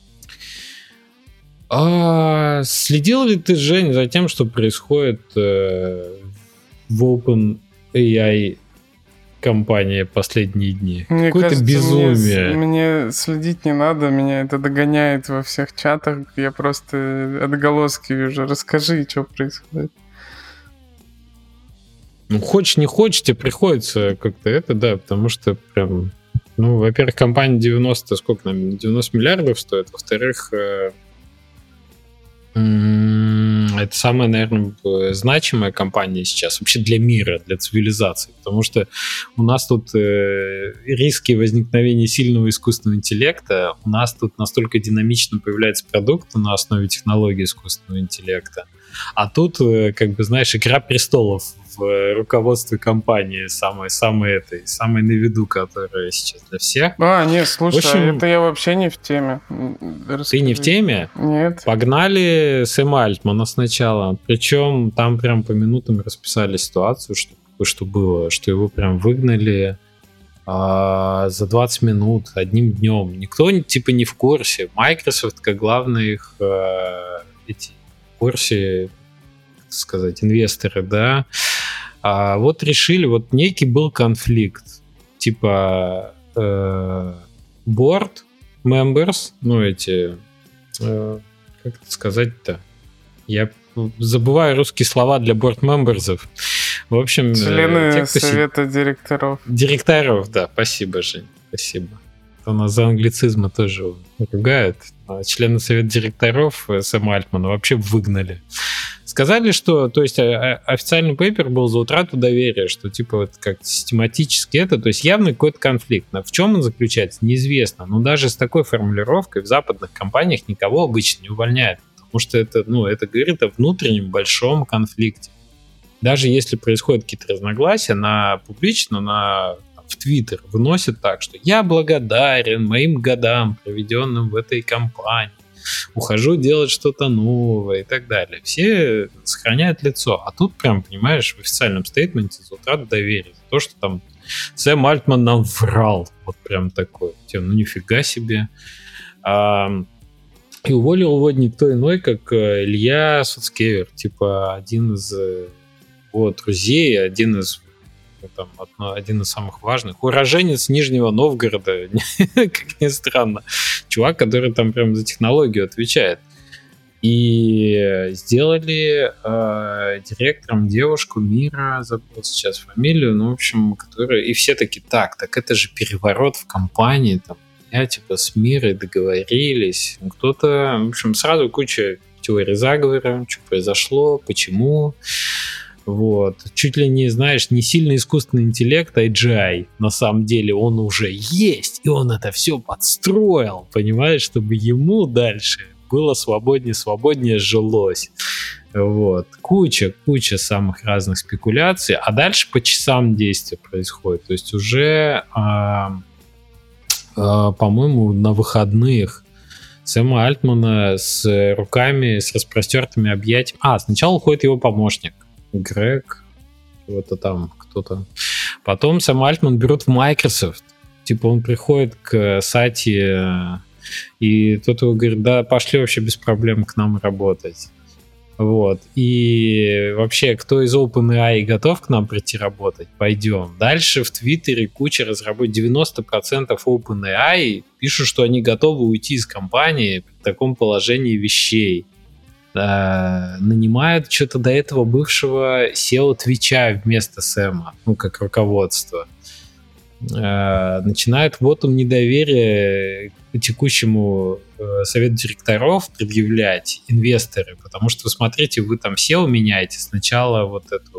Следил ли ты, Жень, за тем, что происходит в OpenAI компании последние дни? Мне Какое-то кажется, безумие. Мне следить не надо, меня это догоняет во всех чатах, я просто отголоски вижу. Расскажи, что происходит. Ну, хочешь, не хочешь, тебе приходится как-то это, да, потому что прям, ну, во-первых, компания 90 миллиардов стоит, во-вторых, это самая, наверное, значимая компания сейчас вообще для мира, для цивилизации, потому что у нас тут риски возникновения сильного искусственного интеллекта, у нас тут настолько динамично появляется продукт на основе технологий искусственного интеллекта, а тут, как бы, знаешь, «Игра престолов» в руководстве компании самой на виду, которая сейчас для всех. Нет, слушай, в общем, это я вообще не в теме. Ты не в теме? Нет. Погнали Сэма Альтмана сначала. Причем там прям по минутам расписали ситуацию, что было, что его прям выгнали за 20 минут, одним днем. Никто типа не в курсе. Microsoft, как главные их в курсе, так сказать, инвесторы, да. Вот решили, вот некий был конфликт. Типа board members, ну эти, как это сказать-то? Я забываю русские слова для board members. В общем, члены совета директоров. Директоров, да, спасибо, Жень, спасибо. У нас за англицизмы тоже ругают. Члены совета директоров Сэма Альтмана вообще выгнали. Сказали, что, то есть официальный пейпер был за утрату доверия, что типа вот как систематически это, то есть явно какой-то конфликт. Но в чем он заключается, неизвестно. Но даже с такой формулировкой в западных компаниях никого обычно не увольняют, потому что это говорит о внутреннем большом конфликте. Даже если происходят какие-то разногласия, в Твиттер выносят так, что я благодарен моим годам, проведенным в этой компании, ухожу делать что-то новое и так далее. Все сохраняют лицо. А тут прям, понимаешь, в официальном стейтменте за утрату доверия. То, что там Сэм Альтман нам врал. Вот прям такой. Ну нифига себе. И уволил его никто иной, как Илья Суцкевер. Типа один из его друзей, один из самых важных. Уроженец Нижнего Новгорода, как ни странно. Чувак, который там прям за технологию отвечает. И сделали директором девушку Мира, забыл сейчас фамилию, ну, в общем, которая... И все таки так это же переворот в компании, там, с Мирой договорились. Кто-то, в общем, сразу куча теорий заговора, что произошло, почему... Вот. Чуть ли не, знаешь, не сильно искусственный интеллект, а AGI. На самом деле он уже есть, и он это все подстроил, понимаешь, чтобы ему дальше было свободнее жилось. Вот. Куча самых разных спекуляций, а дальше по часам действия происходит. То есть уже, по-моему, на выходных Сэма Альтмана с руками, с распростертыми объятиями. Сначала уходит его помощник. Грег, кто-то. Потом Сэм Альтман берут в Microsoft. Типа он приходит к Сати, и тот его говорит, да, пошли вообще без проблем к нам работать. Вот. И вообще, кто из OpenAI готов к нам прийти работать, пойдем. Дальше в Твиттере куча разработчиков, 90% OpenAI пишут, что они готовы уйти из компании при таком положении вещей. Нанимают что-то до этого бывшего SEO Твича вместо Сэма, как руководство. Начинают вотум недоверия к текущему совету директоров предъявлять инвесторы, потому что, смотрите, вы там SEO меняете, сначала вот эту вот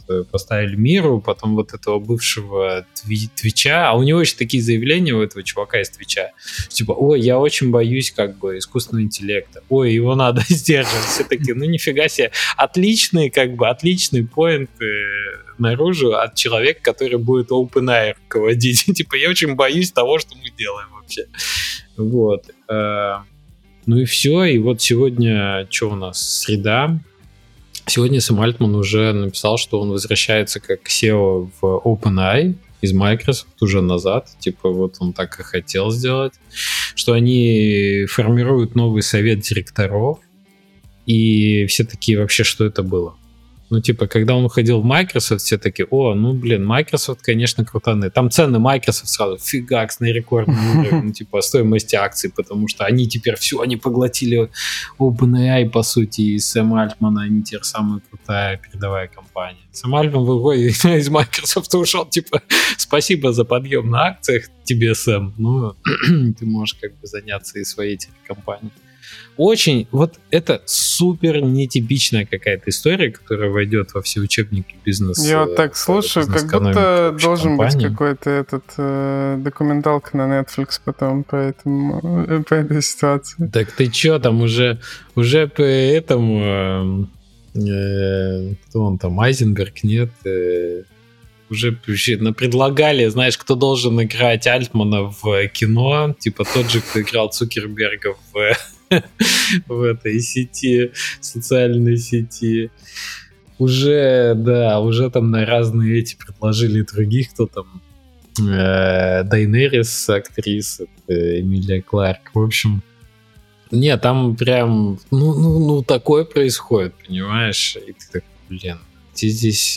поставили Миру, потом вот этого бывшего Твича, а у него еще такие заявления у этого чувака из Твича, типа, ой, я очень боюсь как бы искусственного интеллекта, ой, его надо сдерживать, все такие, ну нифига себе, отличный поинт наружу от человека, который будет OpenAI руководить, типа, я очень боюсь того, что мы делаем вообще, вот. Ну и все, и вот сегодня, что у нас, среда. Сегодня Сэм Альтман уже написал, что он возвращается как SEO в OpenAI из Microsoft уже назад. Типа вот он так и хотел сделать. Что они формируют новый совет директоров. И все такие, вообще, что это было? Ну, типа, когда он уходил в Microsoft, все такие, о, ну, блин, Microsoft, конечно, крутаны. Там цены Microsoft сразу фигакс на рекордный уровень, ну, типа, стоимости акций, потому что они теперь все, они поглотили OpenAI, по сути, и Сэм Альтмана, они теперь самая крутая передовая компания. Сэм Альтман выходит из Microsoft ушел, типа, спасибо за подъем на акциях тебе, Сэм, ну, ты можешь как бы заняться и своей телекомпанией. Очень, вот это супер нетипичная какая-то история, которая войдет во все учебники бизнеса. Я вот так слушаю, как будто должен быть какой-то документалка на Netflix потом по этой ситуации. Так ты чё, там уже по этому, кто он там, Айзенберг, нет, уже предлагали, знаешь, кто должен играть Альтмана в кино, типа тот же, кто играл Цукерберга в этой сети, социальной сети. Уже там на разные эти предложили других, кто там, Дайнерис, актриса, Эмилия Кларк. В общем, не, там прям, ну такое происходит, понимаешь? И ты так, блин, где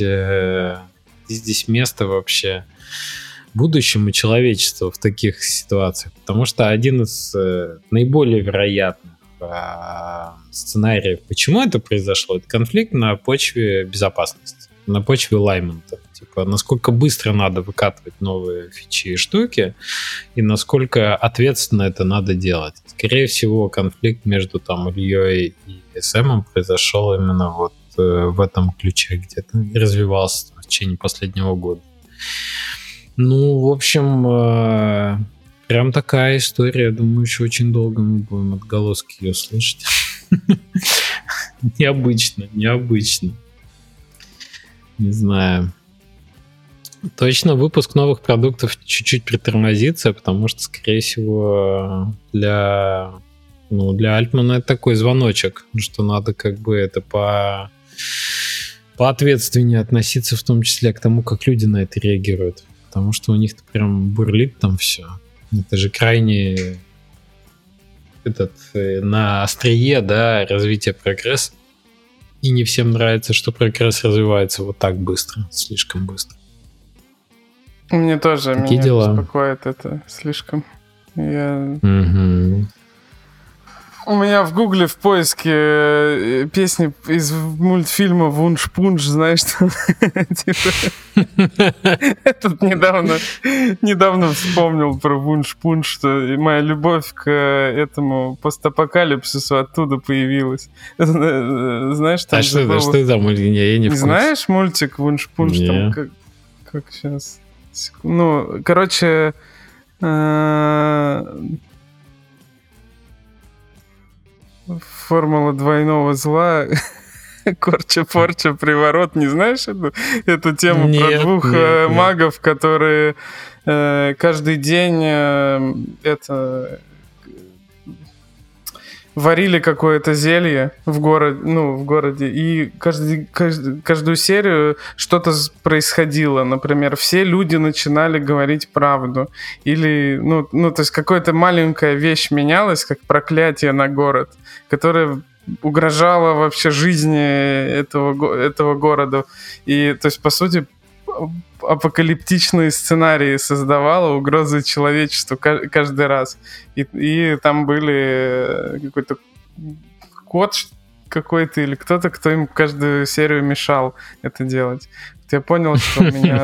здесь место вообще будущему человечеству в таких ситуациях, потому что один из наиболее вероятных сценариев, почему это произошло, это конфликт на почве безопасности, на почве лаймента. Типа, насколько быстро надо выкатывать новые фичи и штуки, и насколько ответственно это надо делать. Скорее всего, конфликт между там Ильей и Сэмом произошел именно вот в этом ключе, где-то развивался в течение последнего года. Ну, в общем, прям такая история. Я думаю, еще очень долго мы будем отголоски ее слышать. Необычно. Не знаю. Точно выпуск новых продуктов чуть-чуть притормозится, потому что, скорее всего, для Альтмана это такой звоночек, что надо как бы это поответственнее относиться, в том числе к тому, как люди на это реагируют. Потому что у них-то прям бурлит там все. Это же крайне на острие, да, развития прогресса. И не всем нравится, что прогресс развивается вот так быстро, слишком быстро. Мне тоже, такие дела. Беспокоит это слишком. У меня в Гугле в поиске песни из мультфильма «Вунш-пунш», знаешь, что? Я тут недавно вспомнил про «Вунш-пунш», что моя любовь к этому постапокалипсису оттуда появилась. Знаешь, там... А что это за мультик? Я не в курсе. Знаешь мультик «Вунш-пунш»? Там как сейчас... Ну, короче... Формула двойного зла, корча-порча, приворот. Не знаешь эту тему? Нет, про двух магов, которые каждый день варили какое-то зелье в городе, и каждую серию что-то происходило. Например, все люди начинали говорить правду. Или, то есть какая-то маленькая вещь менялась, как проклятие на город, которое угрожало вообще жизни этого города. И, то есть, по сути, апокалиптичные сценарии создавала, угрозы человечеству каждый раз. И там были какой-то кот какой-то или кто-то, кто им каждую серию мешал это делать. Я понял, что у меня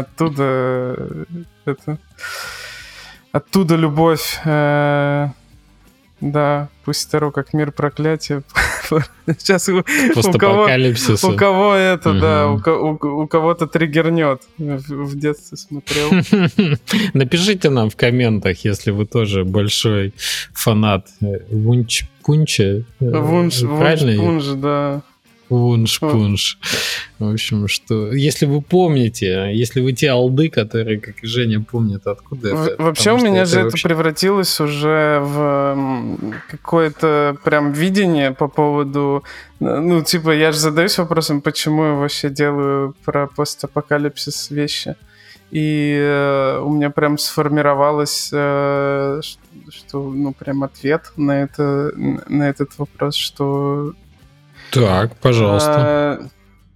оттуда любовь. Да, пусть Таро как мир проклятия Сейчас Постапокалипсис. у кого это, да, у кого-то триггернет. В детстве смотрел. Напишите нам в комментах, если вы тоже большой фанат Вунч-Пунча. Вунш-Пунш, да. Вунш-Пунш. В общем, что... Если вы помните, если вы те алды, которые, как и Женя, помнят, откуда это... Вообще у меня же это превратилось уже в какое-то прям видение по поводу... Ну, типа, я же задаюсь вопросом, почему я вообще делаю про постапокалипсис вещи. И у меня прям сформировалось, что, ну, прям ответ на этот вопрос, что... Так, пожалуйста.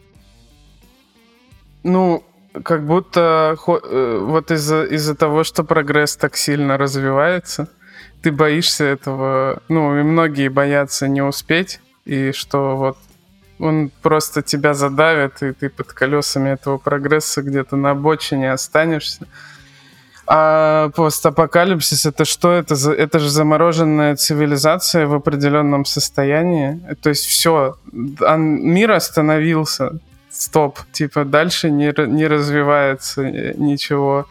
Ну, как будто вот из-за того, что прогресс так сильно развивается, ты боишься этого, ну, и многие боятся не успеть, и что вот он просто тебя задавит, и ты под колесами этого прогресса где-то на обочине останешься. А постапокалипсис — это что? Это же замороженная цивилизация в определенном состоянии. То есть все, мир остановился, стоп, типа дальше не развивается ничего.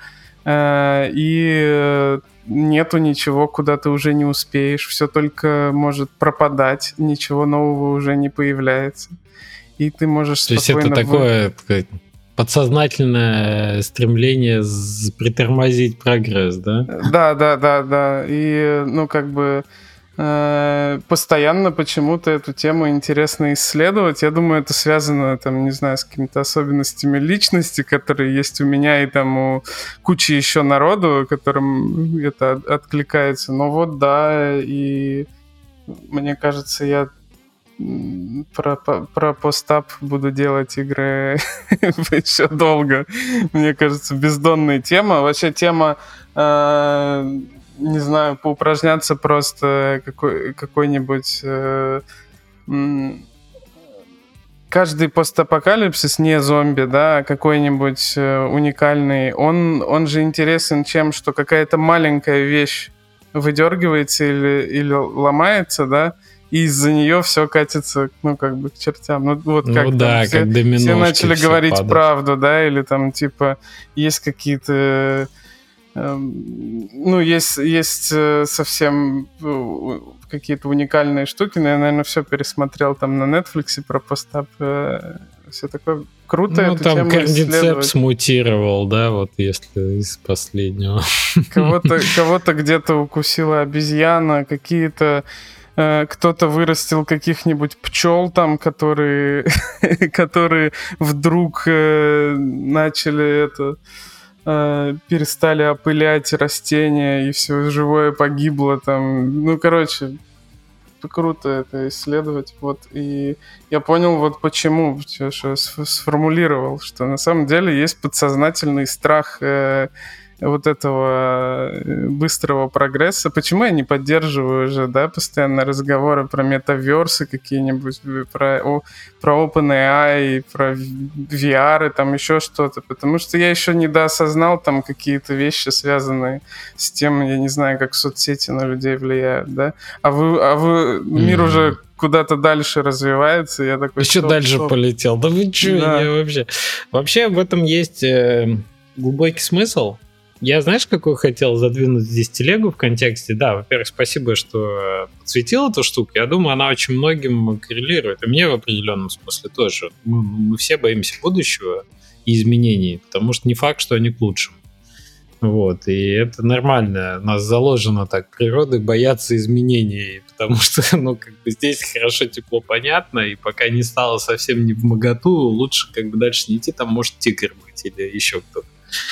И нету ничего, куда ты уже не успеешь. Все только может пропадать, ничего нового уже не появляется. И ты можешь спокойно... То есть это такое... подсознательное стремление притормозить прогресс, да? Да. И, ну, как бы постоянно почему-то эту тему интересно исследовать. Я думаю, это связано, там, не знаю, с какими-то особенностями личности, которые есть у меня и там у кучи еще народу, которым это откликается. Но вот, да, и мне кажется, я про постап буду делать игры еще долго. Мне кажется, бездонная тема. Вообще тема, не знаю, поупражняться просто какой-нибудь... Каждый постапокалипсис, не зомби, да, какой-нибудь уникальный, он же интересен чем, что какая-то маленькая вещь выдергивается или ломается, да, и из-за нее все катится, ну, как бы, к чертям. Ну, вот как, ну, да, все, как доминошки. Все начали говорить падает. правду, да, или там, типа, есть какие-то... Ну, есть совсем какие-то уникальные штуки, но я, наверное, все пересмотрел там на Netflix про постап. Все такое круто. Ну, там Cordyceps мутировал, да, вот если из последнего. Кого-то где-то укусила обезьяна, какие-то... Кто-то вырастил каких-нибудь пчел там, которые вдруг начали перестали опылять растения, и все живое погибло там. Ну, короче, круто это исследовать. Вот. И я понял, вот почему, что сформулировал, что на самом деле есть подсознательный страх вот этого быстрого прогресса. Почему я не поддерживаю уже, да, постоянно разговоры про метаверсы какие-нибудь, про OpenAI, про VR и там еще что-то, потому что я еще недоосознал там какие-то вещи, связанные с тем, я не знаю, как соцсети на людей влияют, да. А вы мир уже куда-то дальше развивается, я такой... Еще дальше полетел. Да вы че, да. Я вообще... Вообще в этом есть глубокий смысл. Я, знаешь, какой хотел задвинуть здесь телегу в контексте? Да, во-первых, спасибо, что подсветил эту штуку. Я думаю, она очень многим коррелирует. И мне в определенном смысле тоже. Мы все боимся будущего и изменений, потому что не факт, что они к лучшему. Вот, и это нормально. У нас заложено так природой бояться изменений, потому что, ну, как бы здесь хорошо, тепло, понятно, и пока не стало совсем не вмоготу, лучше как бы дальше не идти, там может тигр быть или еще кто-то.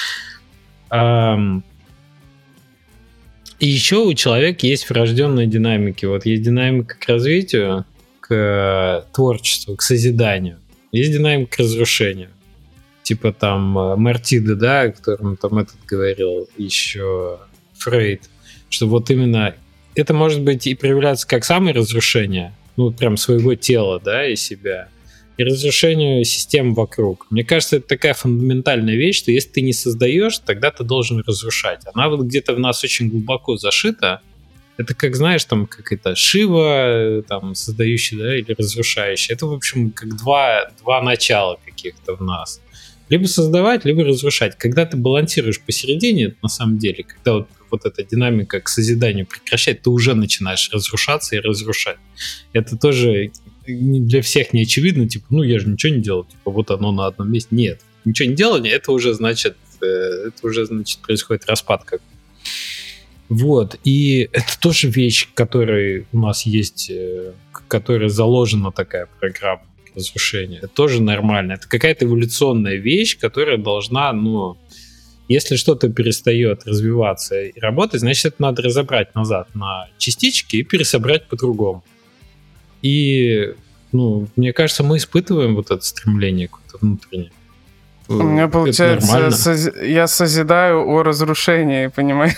И еще у человека есть врожденные динамики. Вот есть динамика к развитию, к творчеству, к созиданию. Есть динамика к разрушению. Типа там Мартида, да, о котором там этот говорил, еще Фрейд, что вот именно это может быть и проявляться как саморазрушение, ну прям своего тела, да, и себя, и разрушению систем вокруг. Мне кажется, это такая фундаментальная вещь, что если ты не создаешь, тогда ты должен разрушать. Она вот где-то в нас очень глубоко зашита, Это как, знаешь, там какая-то Шива, там, создающая, да, или разрушающая. Это, в общем, как два начала каких-то в нас. Либо создавать, либо разрушать. Когда ты балансируешь посередине, на самом деле, когда вот эта динамика к созиданию прекращает, ты уже начинаешь разрушаться и разрушать. Это тоже для всех не очевидно, типа, я же ничего не делал, типа, вот оно на одном месте. Нет, ничего не делали, это уже значит происходит распад как. Вот, и это тоже вещь, которая у нас есть, которая заложена такая программа разрушения. Это тоже нормально. Это какая-то эволюционная вещь, которая должна, если что-то перестает развиваться и работать, значит, это надо разобрать назад на частички и пересобрать по-другому. И, мне кажется, мы испытываем вот это стремление какое-то внутреннее. У меня получается, я созидаю о разрушении, понимаешь?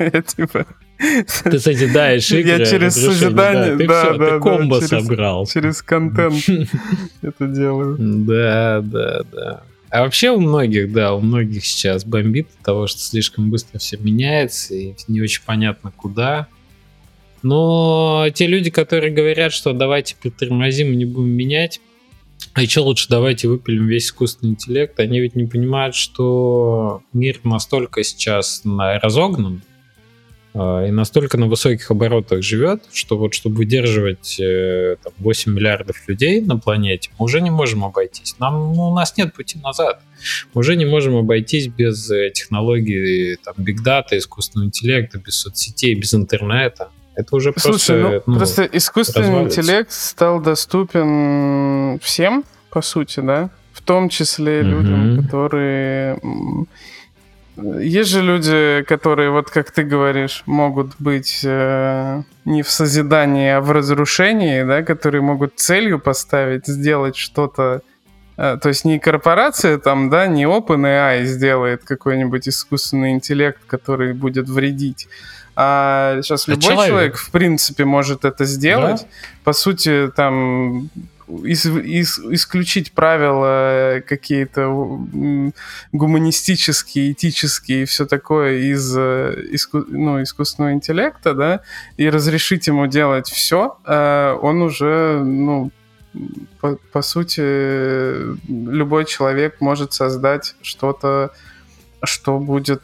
Ты созидаешь игры. Я через созидание, ты комбо собрал. Через контент это делаю. Да. А вообще у многих сейчас бомбит от того, что слишком быстро все меняется и не очень понятно куда. Но те люди, которые говорят, что давайте притормозим и не будем менять, а еще лучше давайте выпилим весь искусственный интеллект, они ведь не понимают, что мир настолько сейчас разогнан и настолько на высоких оборотах живет, что вот чтобы выдерживать 8 миллиардов людей на планете, мы уже не можем обойтись. У нас нет пути назад. Мы уже не можем обойтись без технологий Big Data, искусственного интеллекта, без соцсетей, без интернета. Это уже просто искусственный интеллект стал доступен всем, по сути, да? В том числе людям, которые... Есть же люди, которые, вот как ты говоришь, могут быть не в созидании, а в разрушении, да, которые могут целью поставить сделать что-то. То есть не корпорация там, да, не OpenAI сделает какой-нибудь искусственный интеллект, который будет вредить. А сейчас любой человек, в принципе, может это сделать. Да? По сути, там исключить правила какие-то гуманистические, этические и все такое из искусственного интеллекта, да, и разрешить ему делать все, он уже, по сути, любой человек может создать что-то, что будет...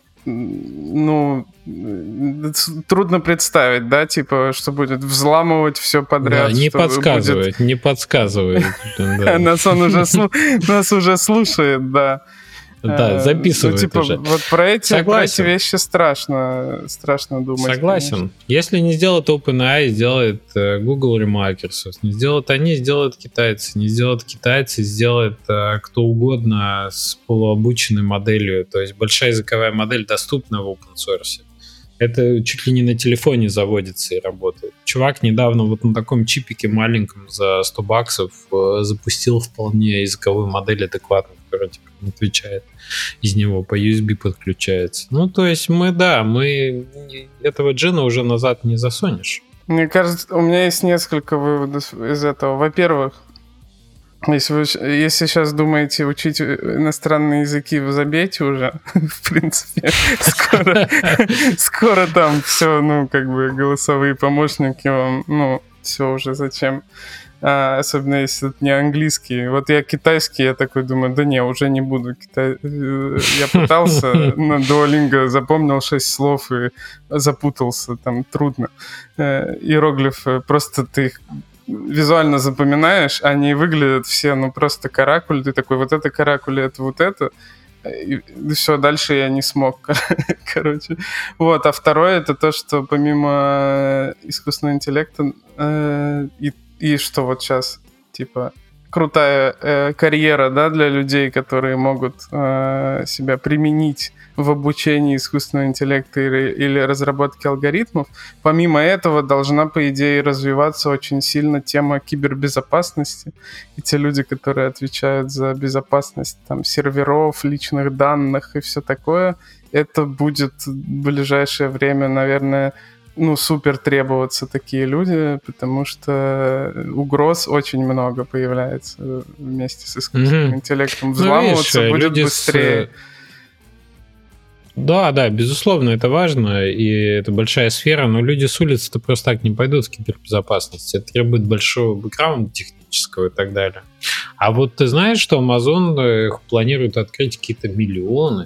трудно представить, да, типа, что будет взламывать все подряд. Да, не подсказывает. Нас уже слушает, да. Да, записывает уже. Вот про эти вещи страшно думать. Согласен. Конечно. Если не сделает OpenAI, сделает Google или Microsoft. Не сделают они, сделают китайцы. Не сделают китайцы, сделает кто угодно с полуобученной моделью. То есть большая языковая модель доступна в open source. Это чуть ли не на телефоне заводится и работает. Чувак недавно вот на таком чипике маленьком за $100 запустил вполне языковую модель адекватную, которая отвечает из него, по USB подключается. То есть мы этого джина уже назад не засунешь. Мне кажется, у меня есть несколько выводов из этого. Во-первых, если сейчас думаете учить иностранные языки, вы забейте уже, в принципе. Скоро там все, голосовые помощники вам, все уже зачем. Особенно если это не английский. Вот я китайский, я такой думаю, да не, уже не буду. Я пытался на Duolingo, запомнил 6 слов и запутался, там трудно. Иероглифы, просто ты их визуально запоминаешь, они выглядят все, просто каракуль, ты такой, вот это каракуль, это вот это, и все, дальше я не смог, короче. Вот, а второе, это то, что помимо искусственного интеллекта и что вот сейчас, типа, крутая карьера, да, для людей, которые могут себя применить в обучении искусственного интеллекта или разработке алгоритмов. Помимо этого должна, по идее, развиваться очень сильно тема кибербезопасности. И те люди, которые отвечают за безопасность там, серверов, личных данных и все такое, это будет в ближайшее время, наверное, супер требоваться такие люди, потому что угроз очень много появляется вместе с искусственным интеллектом. Взламываться будет быстрее. Да, безусловно, это важно, и это большая сфера, но люди с улицы-то просто так не пойдут в кибербезопасность. Это требует большого бэкграунда технического и так далее. А вот ты знаешь, что Amazon планирует открыть какие-то миллионы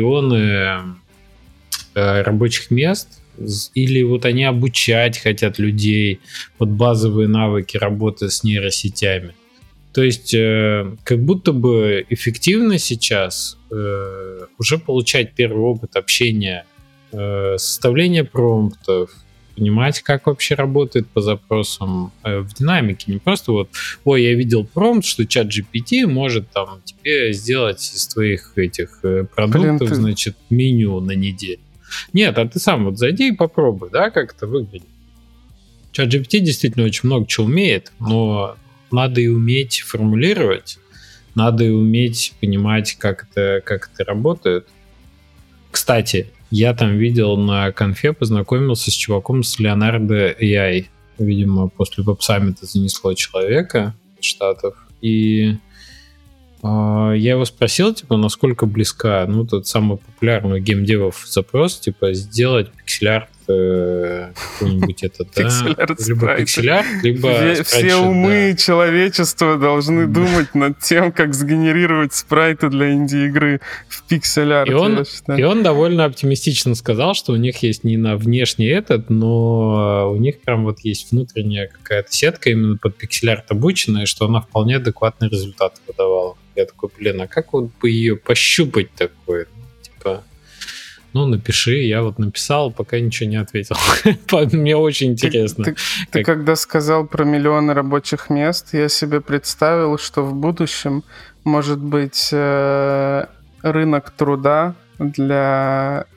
рабочих мест, или вот они обучать хотят людей, вот базовые навыки работы с нейросетями. То есть как будто бы эффективно сейчас уже получать первый опыт общения, составления промптов, понимать, как вообще работает по запросам в динамике. Не просто вот, ой, я видел промпт, что ChatGPT может там тебе сделать из твоих этих продуктов, значит, меню на неделю. Нет, а ты сам вот зайди и попробуй, да, как это выглядит. ChatGPT действительно очень много чего умеет, но надо и уметь формулировать, надо и уметь понимать, как это работает. Кстати, я там видел на конфе, познакомился с чуваком с Leonardo AI. Видимо, после веб-саммита занесло человека из Штатов. И я его спросил, типа, насколько близка, тот самый популярный геймдевов запрос, типа, сделать пиксель-арт какой-нибудь этот, да? Либо пиксель-арт, либо все умы человечества должны думать над тем, как сгенерировать спрайты для инди-игры в пиксель-арте. И он довольно оптимистично сказал, что у них есть не на внешний но у них прям вот есть внутренняя какая-то сетка именно под пиксель-арт обученная, что она вполне адекватный результат выдавала. Я такой, а как вот бы ее пощупать такое? Типа, напиши, я вот написал, пока ничего не ответил. Мне очень интересно. Ты когда сказал про миллионы рабочих мест, я себе представил, что в будущем может быть рынок труда для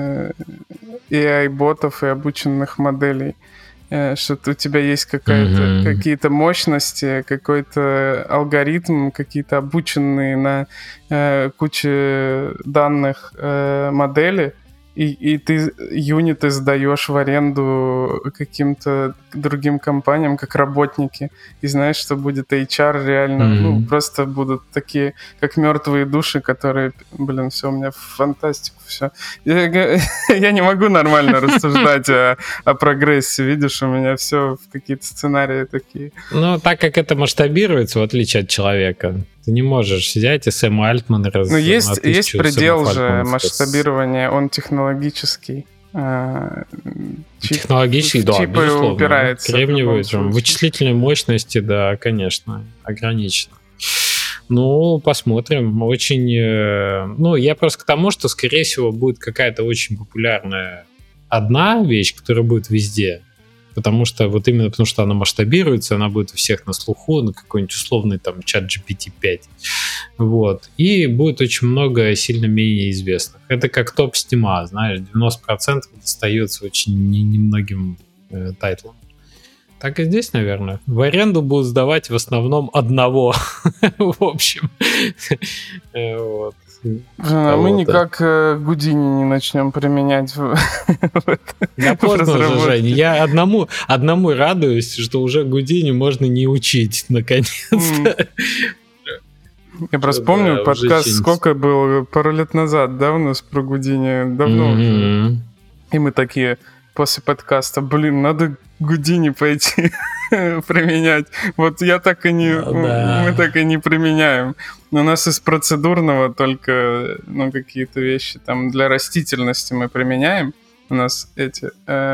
AI-ботов и обученных моделей. Что у тебя есть какие-то мощности, какой-то алгоритм, какие-то обученные на куче данных модели, и ты юниты сдаешь в аренду каким-то другим компаниям, как работники, и знаешь, что будет HR реально, просто будут такие, как мертвые души, которые, все, у меня фантастика, все. Я не могу нормально рассуждать о прогрессе, видишь, у меня все в какие-то сценарии такие. Так как это масштабируется, в отличие от человека, ты не можешь взять и Сэма Альтмана есть предел же масштабирования, он технологический. Технологический, да, безусловно. Упирается. Кремниевые вычислительные мощности, да, конечно, ограничены. Посмотрим. Очень... я просто к тому, что, скорее всего, будет какая-то очень популярная одна вещь, которая будет везде. Потому что она масштабируется, она будет у всех на слуху, на какой-нибудь условный там чат GPT-5. Вот. И будет очень много сильно менее известных. Это как топ Steam, знаешь, 90% достается очень немногим тайтлам. Так и здесь, наверное. В аренду будут сдавать в основном одного. В общем. Вот. Мы никак Гудини не начнем применять Да поздно уже, Жень. Я одному радуюсь, что уже Гудини можно не учить, наконец-то. Я просто помню подкаст, сколько было, пару лет назад, да, у нас про Гудини, давно уже. И мы такие после подкаста, надо Гудини пойти применять. Вот я так и не... Мы так и не применяем. У нас из процедурного только какие-то вещи там для растительности мы применяем. У нас эти...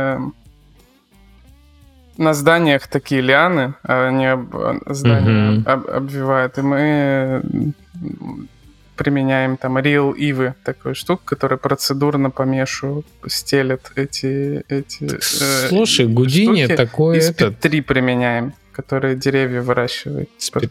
на зданиях такие лианы, они здания обвивают, и мы применяем там Real Ivy, такую штуку, которая процедурно стелет эти Слушай, Гудини такой... И Speed 3 применяем, которые деревья выращивают.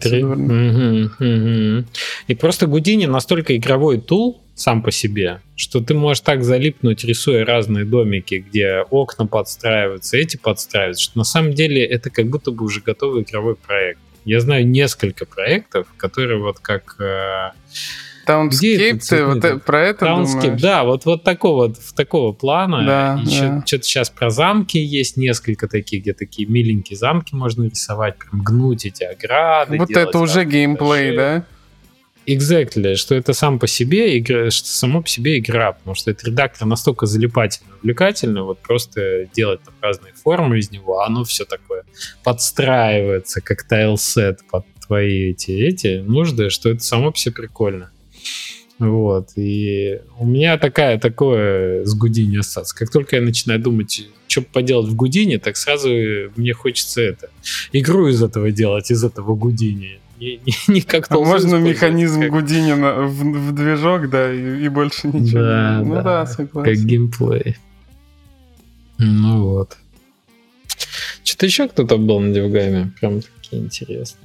И просто Гудини настолько игровой тул сам по себе, что ты можешь так залипнуть, рисуя разные домики, где окна подстраиваются, эти подстраиваются, что на самом деле это как будто бы уже готовый игровой проект. Я знаю несколько проектов, которые вот как... Townscape, ты вот про это Townscape, думаешь? Да, вот такого плана. Да, и что-то сейчас про замки есть несколько таких, где такие миленькие замки можно рисовать, прям гнуть эти ограды. Вот это уже геймплей, да? Exactly, что это сам по себе игра, что само по себе игра, потому что этот редактор настолько залипательный, увлекательный, вот просто делать там разные формы из него, а оно все такое подстраивается, как тайлсет под твои эти нужды, что это само по себе прикольно. Вот, и у меня такое с Houdini ассоциация. Как только я начинаю думать, что поделать в Houdini, так сразу мне хочется игру из этого делать, из этого Houdini. Не как-то можно механизм Houdini в движок, да, и больше ничего. Да, ну да, согласен. Как геймплей. Ну вот. Что-то еще кто-то был на Девгаме? Прям такие интересные.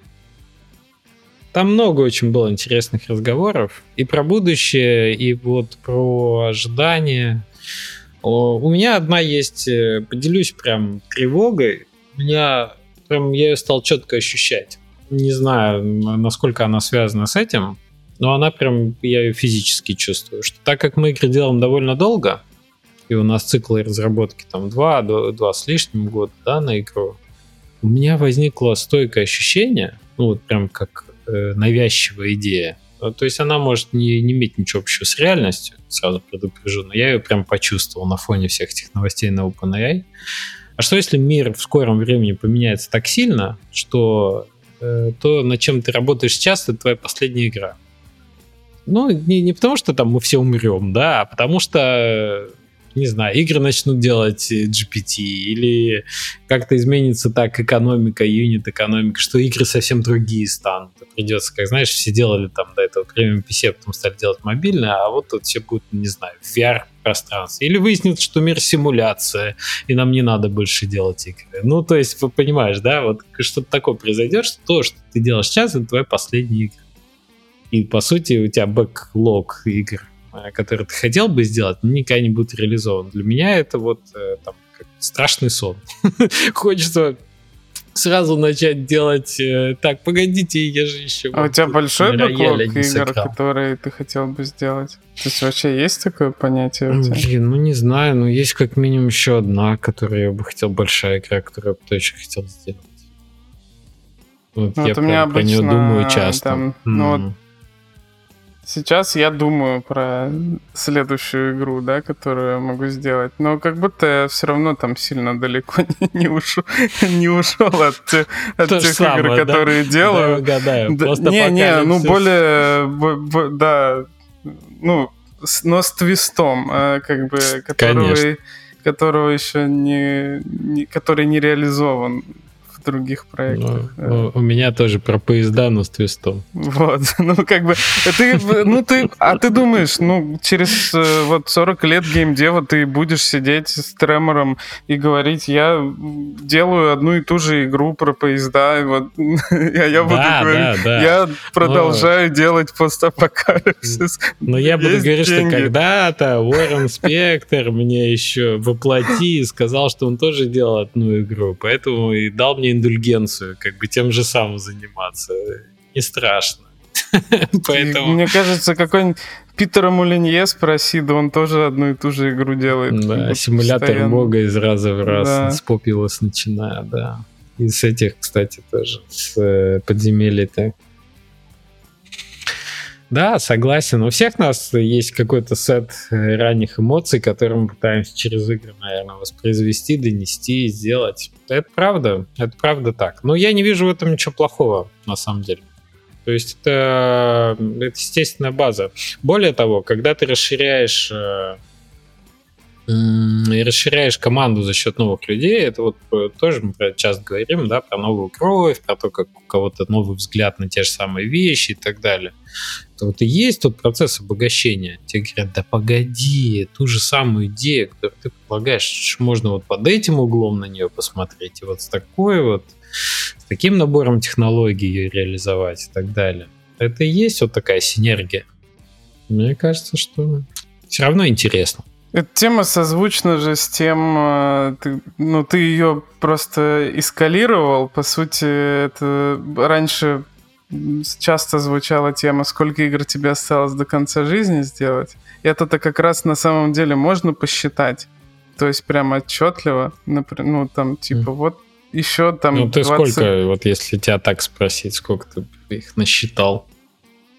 Там много очень было интересных разговоров. И про будущее, и вот про ожидания. У меня одна есть, поделюсь прям тревогой. Я ее стал четко ощущать. Не знаю, насколько она связана с этим, но она прям, я ее физически чувствую, что так как мы игры делаем довольно долго, и у нас циклы разработки там 2 с лишним года, да, на игру, у меня возникло стойкое ощущение, ну вот прям как навязчивая идея. То есть она может не иметь ничего общего с реальностью, сразу предупрежу, но я ее прям почувствовал на фоне всех этих новостей на OpenAI. А что если мир в скором времени поменяется так сильно, что то, над чем ты работаешь сейчас, это твоя последняя игра. Ну, не потому, что там мы все умрем, да, а потому что, не знаю, игры начнут делать GPT, или как-то изменится так экономика, юнит-экономика, что игры совсем другие станут. Придется, как знаешь, все делали там до этого премиум PC, потом стали делать мобильное, а вот тут все будут, не знаю, в VR-пространстве. Или выяснится, что мир симуляция, и нам не надо больше делать игры. Ну, то есть, понимаешь, да, вот что-то такое произойдет, что то, что ты делаешь сейчас, это твоя последняя игра. И, по сути, у тебя бэклог игр, которые ты хотел бы сделать, никогда не будет реализован. Для меня это вот там, как страшный сон. Хочется сразу начать делать... Так, погодите, я же еще... А у тебя большой бэклог игр, которые ты хотел бы сделать? То есть вообще есть такое понятие у тебя? Блин, ну не знаю, но есть как минимум еще одна, которую я бы хотел, большая игра, которую я бы точно хотел сделать. Вот ну, я вот у меня про нее думаю часто. Там, ну, вот сейчас я думаю про следующую игру, да, которую я могу сделать, но как будто я все равно там сильно далеко не ушел от тех игр, которые делаю. Да, угадаю. Ну более, да, ну, но с твистом, как бы, которого еще который не реализован в других проектах. У меня тоже про поезда, но с твистом. Вот, ну как бы, ты думаешь, ну через вот 40 лет геймдева ты будешь сидеть с Тремором и говорить, я делаю одну и ту же игру про поезда, и вот, я буду говорить, я продолжаю делать постапокалипсис. Но я буду говорить, что когда-то Уоррен Спектор мне еще воплоти сказал, что он тоже делал одну игру, поэтому и дал мне индульгенцию, как бы тем же самым заниматься. Не страшно. Поэтому... Мне кажется, какой-нибудь Питера Мулинье спроси, да он тоже одну и ту же игру делает. Да, симулятор постоянно. Бога из раза в раз, да. С Populous начиная, да. И с этих, кстати, тоже, с подземелья-то. Да, согласен. У всех нас есть какой-то сет ранних эмоций, которые мы пытаемся через игры, наверное, воспроизвести, донести, сделать. Это правда так. Но я не вижу в этом ничего плохого, на самом деле. То есть это естественная база. Более того, когда ты расширяешь команду за счет новых людей, это вот тоже мы про это часто говорим, да, про новую кровь, про то, как у кого-то новый взгляд на те же самые вещи и так далее. Это вот и есть тот процесс обогащения. Тебе говорят, да погоди, ту же самую идею, которую ты предлагаешь, можно вот под этим углом на нее посмотреть, и вот с таким набором технологий ее реализовать и так далее. Это и есть вот такая синергия. Мне кажется, что все равно интересно. Эта тема созвучна же с тем, ты ее просто эскалировал. По сути, это раньше часто звучала тема, сколько игр тебе осталось до конца жизни сделать. Это-то как раз на самом деле можно посчитать. То есть прям отчетливо. Например, вот еще там... Ну, ты 20... сколько, вот если тебя так спросить, сколько ты их насчитал?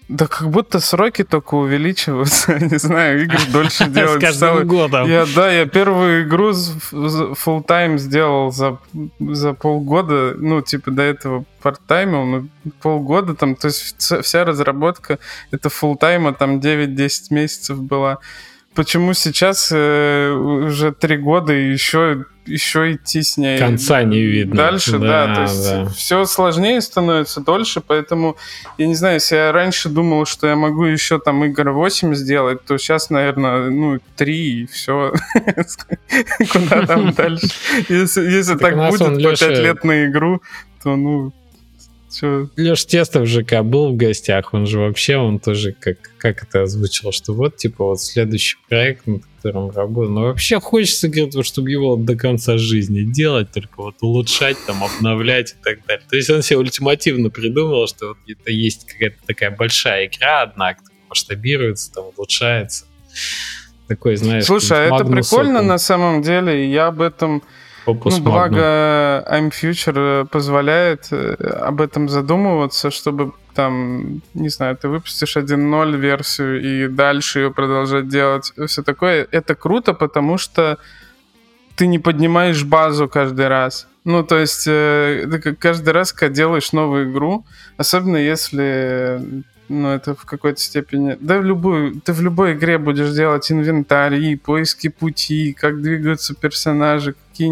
Да как будто сроки только увеличиваются, не знаю, игры дольше делать. С каждым годом. Я первую игру full-time сделал за полгода, ну, типа до этого part-time, ну, полгода там, то есть вся разработка, это full-time, там 9-10 месяцев была. Почему сейчас уже 3 года и еще идти с ней конца не видно. Дальше, да, то есть все сложнее становится, дольше, поэтому, я не знаю, если я раньше думал, что я могу еще там игр 8 сделать, то сейчас, наверное, 3 и все. Куда там дальше? Если так будет по 5 лет на игру, то, Лёш Тестов в ЖК был в гостях, он же вообще, он тоже как это озвучил, что вот, типа, вот следующий проект, над которым работаю, но вообще хочется, говорит, вот, чтобы его до конца жизни делать, только вот улучшать, там, обновлять и так далее. То есть он себе ультимативно придумал, что вот это есть какая-то такая большая игра, одна, которая масштабируется, там, улучшается. Такой, знаешь... Слушай, а это прикольно на самом деле, и я об этом... благо I'm Future позволяет об этом задумываться, чтобы там, не знаю, ты выпустишь 1.0 версию и дальше ее продолжать делать. Все такое. Это круто, потому что ты не поднимаешь базу каждый раз. Ну, то есть ты каждый раз, когда делаешь новую игру, особенно если... это в какой-то степени... Да, ты в любой игре будешь делать инвентарь, поиски пути, как двигаются персонажи,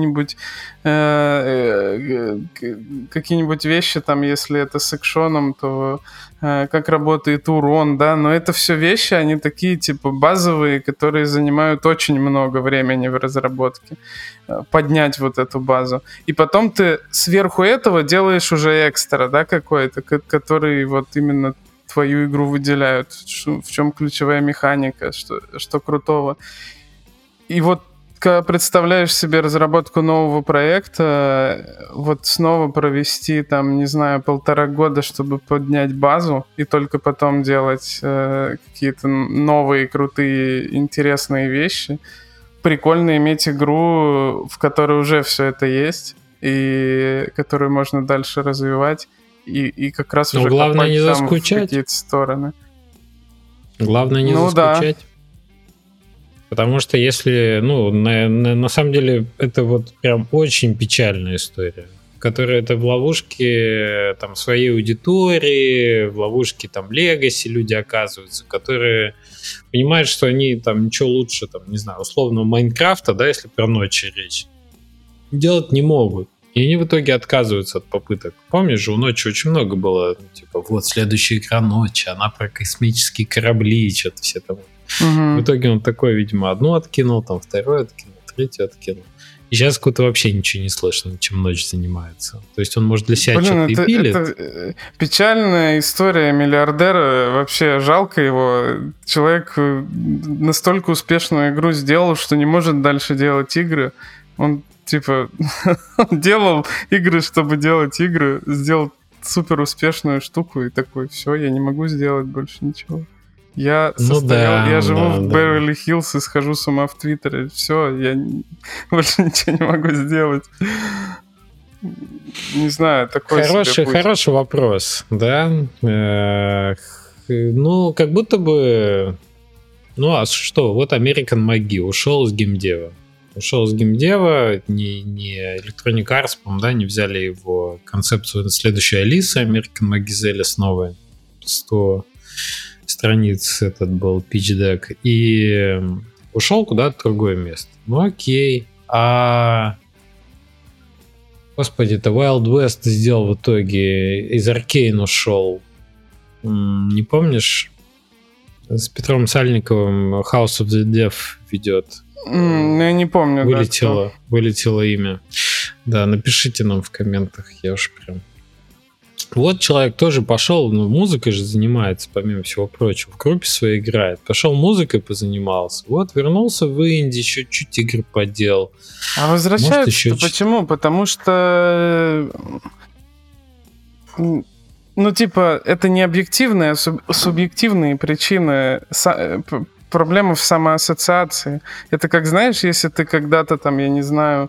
какие-нибудь вещи, там, если это с экшоном, то как работает урон, да, но это все вещи, они такие, типа, базовые, которые занимают очень много времени в разработке, поднять вот эту базу. И потом ты сверху этого делаешь уже экстра, да, какой-то, который вот именно твою игру выделяют, в чем ключевая механика, что крутого. И вот, когда представляешь себе разработку нового проекта, вот снова провести, там, не знаю, 1,5 года, чтобы поднять базу, и только потом делать какие-то новые, крутые, интересные вещи. Прикольно иметь игру, в которой уже все это есть, и которую можно дальше развивать. И как раз уже главное не там заскучать. В какие-то стороны. Главное не заскучать. Да. Потому что если, на самом деле, это вот прям очень печальная история, которая это в ловушке там своей аудитории, в ловушке там легаси люди оказываются, которые понимают, что они там ничего лучше, там, не знаю, условно Майнкрафта, да, если про ночи речь, делать не могут. И они в итоге отказываются от попыток. Помнишь же, у Ночи очень много было, типа, вот следующая игра Ночи, она про космические корабли, что-то все там. В итоге он такой, видимо, одну откинул, там вторую откинул, третью откинул. И сейчас какой-то вообще ничего не слышно, чем Ночь занимается. То есть он, может, для себя что-то и пилит. Это печальная история миллиардера. Вообще жалко его. Человек настолько успешную игру сделал, что не может дальше делать игры. Он типа делал игры, чтобы делать игры, сделал супер успешную штуку и такой, все, я не могу сделать больше ничего. Я живу в Беверли-Хиллз и схожу с ума в Твиттере. Все, я больше ничего не могу сделать. Не знаю, такой хороший вопрос, да. Как будто бы... а что, вот American Magi ушел из геймдева. Ушел из геймдева, не Electronic Arts, по-моему, да, не взяли его концепцию следующей Алисы, American Magi Zelis новая, 100 страниц этот был pitch deck, и ушел куда-то в другое место. Окей. Господи, это Wild West сделал в итоге, из Arcane ушел. Не помнишь? С Петром Сальниковым House of the Deaf ведет. Я не помню. Вылетело имя. Да, напишите нам в комментах, я уж прям... Вот человек тоже пошел, музыкой же занимается, помимо всего прочего, в группе своей играет. Пошел музыкой позанимался, вот вернулся в Инди, еще чуть игр поделал. А возвращается почему? Потому что... это не объективные, а субъективные причины... Проблема в самоассоциации. Это как, знаешь, если ты когда-то там, я не знаю...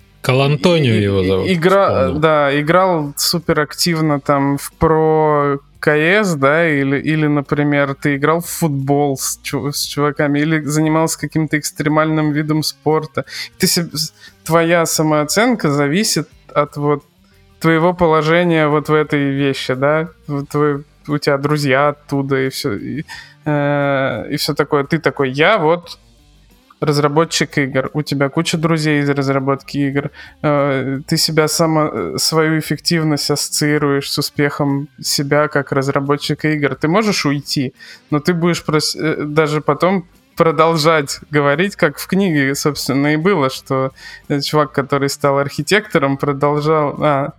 Калантонио его зовут. Играл суперактивно там в про КС, да, или, например, ты играл в футбол с чуваками, или занимался каким-то экстремальным видом спорта. Твоя самооценка зависит от вот твоего положения вот в этой вещи, да, у тебя друзья оттуда и все такое. Ты такой, я вот разработчик игр, у тебя куча друзей из разработки игр, ты свою эффективность ассоциируешь с успехом себя как разработчика игр. Ты можешь уйти, но ты будешь даже потом продолжать говорить, как в книге, собственно, и было, что чувак, который стал архитектором, продолжал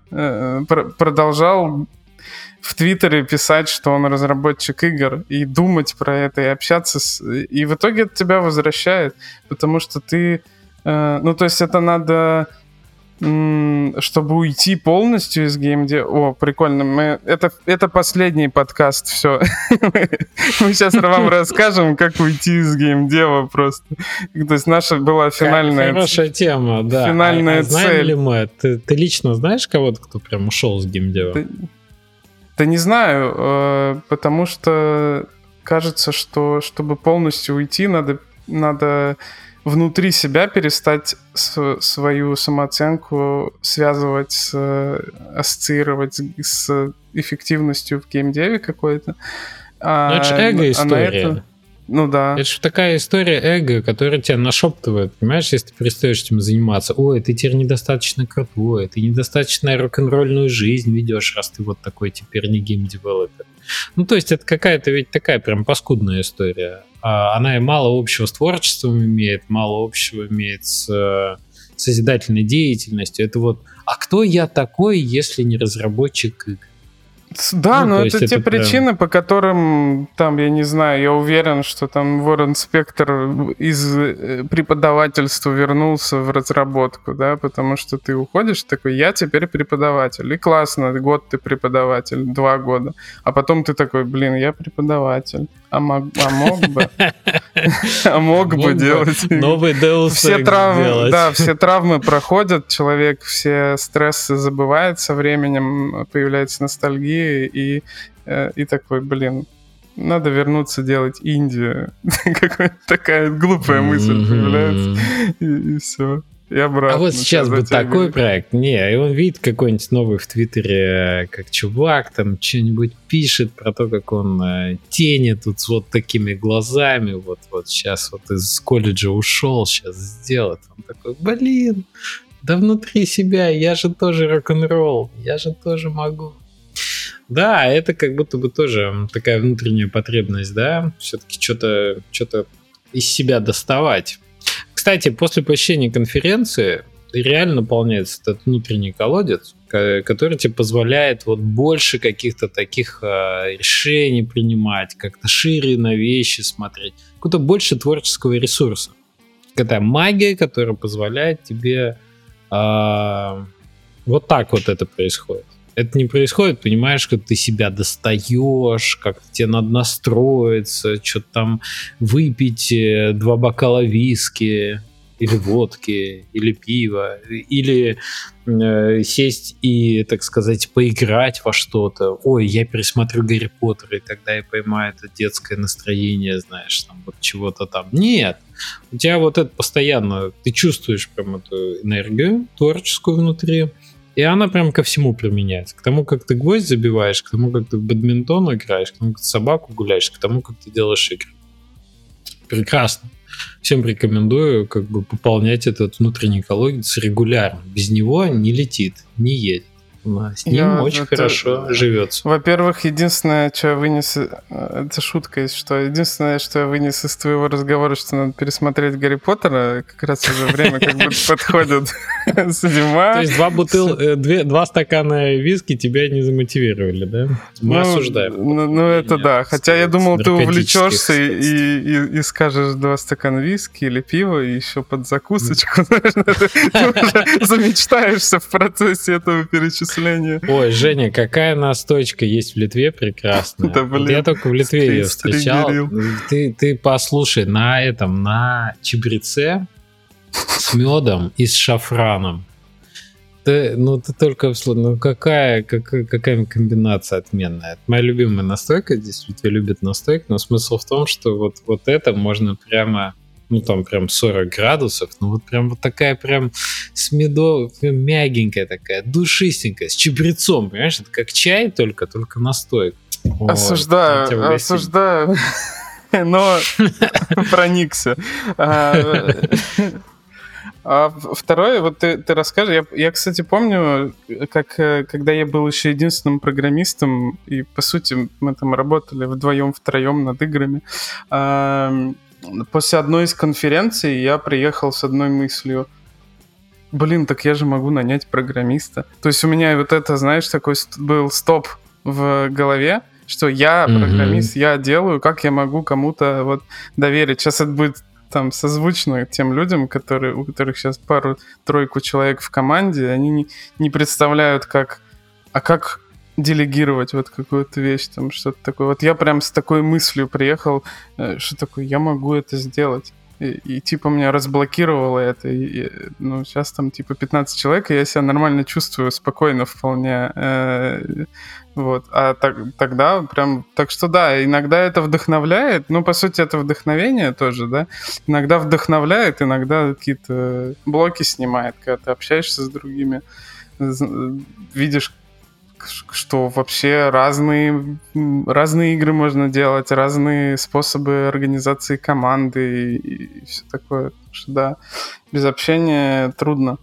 в Твиттере писать, что он разработчик игр, и думать про это, и общаться, и в итоге это тебя возвращает, потому что ты... то есть это надо... чтобы уйти полностью из геймдева... О, прикольно. Это последний подкаст, все. Мы сейчас вам расскажем, как уйти из геймдева просто. То есть наша была финальная... Хорошая тема, да. Финальная знаем цель. ли мы? Ты лично знаешь кого-то, кто прям ушел из геймдева? Да не знаю, потому что кажется, что чтобы полностью уйти, надо внутри себя перестать свою самооценку связывать, ассоциировать с эффективностью в геймдеве какой-то. Это же эго-история. Ну да. Это же такая история эго, которая тебя нашептывает, понимаешь, если ты перестаешь этим заниматься. Ой, ты теперь недостаточно крутой, ты недостаточно рок-н-ролльную жизнь ведешь, раз ты вот такой теперь не гейм-девелопер. То есть это какая-то ведь такая прям паскудная история. Она и мало общего с творчеством имеет, мало общего имеет с созидательной деятельностью. Это вот, а кто я такой, если не разработчик игр? Да, но это те причины, по которым, там, я не знаю, я уверен, что там Ворон Спектр из преподавательства вернулся в разработку, да, потому что ты уходишь такой, я теперь преподаватель, и классно, год ты преподаватель, 2 года, а потом ты такой, блин, я преподаватель, а мог бы делать. Новый Deus Ex делать. Да, все травмы проходят, человек все стрессы забывает со временем, появляется ностальгия, и такой, блин, надо вернуться делать Индию. Какая-то такая глупая мысль появляется, и все. И обратно. А вот сейчас бы такой проект. Не, и он видит какой-нибудь новый в Твиттере, как чувак там что-нибудь пишет про то, как он тени тут с вот такими глазами, вот сейчас вот из колледжа ушел, сейчас сделает. Он такой, блин, да внутри себя, я же тоже рок-н-ролл, я же тоже могу. Да, это как будто бы тоже такая внутренняя потребность, да, все-таки что-то из себя доставать. Кстати, после посещения конференции реально наполняется этот внутренний колодец, который тебе позволяет вот больше каких-то таких решений принимать, как-то шире на вещи смотреть, какого-то больше творческого ресурса. Какая-то магия, которая позволяет тебе вот так вот это происходит. Это не происходит, понимаешь, как ты себя достаешь, как тебе надо настроиться, что-то там выпить 2 бокала виски, или водки, или пива, или сесть и, так сказать, поиграть во что-то. Ой, я пересмотрю Гарри Поттера, и тогда я поймаю это детское настроение, знаешь, там вот чего-то там. Нет, у тебя вот это постоянно, ты чувствуешь прям эту энергию творческую внутри, и она прям ко всему применяется. К тому, как ты гвоздь забиваешь, к тому, как ты в бадминтон играешь, к тому, как ты собаку гуляешь, к тому, как ты делаешь игры. Прекрасно. Всем рекомендую как бы пополнять этот внутренний колодец регулярно. Без него не летит, не едет. С ним очень хорошо живется. Во-первых, единственное, что я вынес... Это шутка, если что. Единственное, что я вынес из твоего разговора, что надо пересмотреть Гарри Поттера. Как раз уже время как будто подходит зима. То есть 2 стакана виски тебя не замотивировали, да? Мы осуждаем. Ну, это да. Хотя я думал, ты увлечешься и скажешь 2 стакана виски или пива, и еще под закусочку. Ты уже замечтаешься в процессе этого перечисления. Ой, Женя, какая настойка есть в Литве прекрасная. Да, блин, я только в Литве ее встречал. Ты послушай, на чабреце с медом и с шафраном. ты только какая комбинация отменная. Это моя любимая настойка, здесь люди любят настойку, но смысл в том, что вот это можно прямо, там прям 40 градусов, вот прям вот такая прям с медом, мягенькая такая, душистенькая, с чабрецом, понимаешь? Это как чай, только настойка. Осуждаю, но проникся. А второе, вот ты расскажи. Я, кстати, помню, когда я был еще единственным программистом, и, по сути, мы там работали вдвоем-втроем над играми. После одной из конференций я приехал с одной мыслью. Блин, так я же могу нанять программиста. То есть у меня вот это, знаешь, такой был стоп в голове, что я программист, я делаю, как я могу кому-то вот доверить. Сейчас это будет там созвучно тем людям, у которых сейчас пару-тройку человек в команде, они не представляют, как делегировать вот какую-то вещь, там что-то такое. Вот я прям с такой мыслью приехал, что такое, я могу это сделать. И типа меня разблокировало это. Сейчас там типа 15 человек, и я себя нормально чувствую, спокойно вполне. Вот. А тогда прям... Так что да, иногда это вдохновляет. По сути, это вдохновение тоже, да. Иногда вдохновляет, иногда какие-то блоки снимает, когда ты общаешься с другими, видишь, что вообще разные игры можно делать, разные способы организации команды и все такое. Что да, без общения трудно.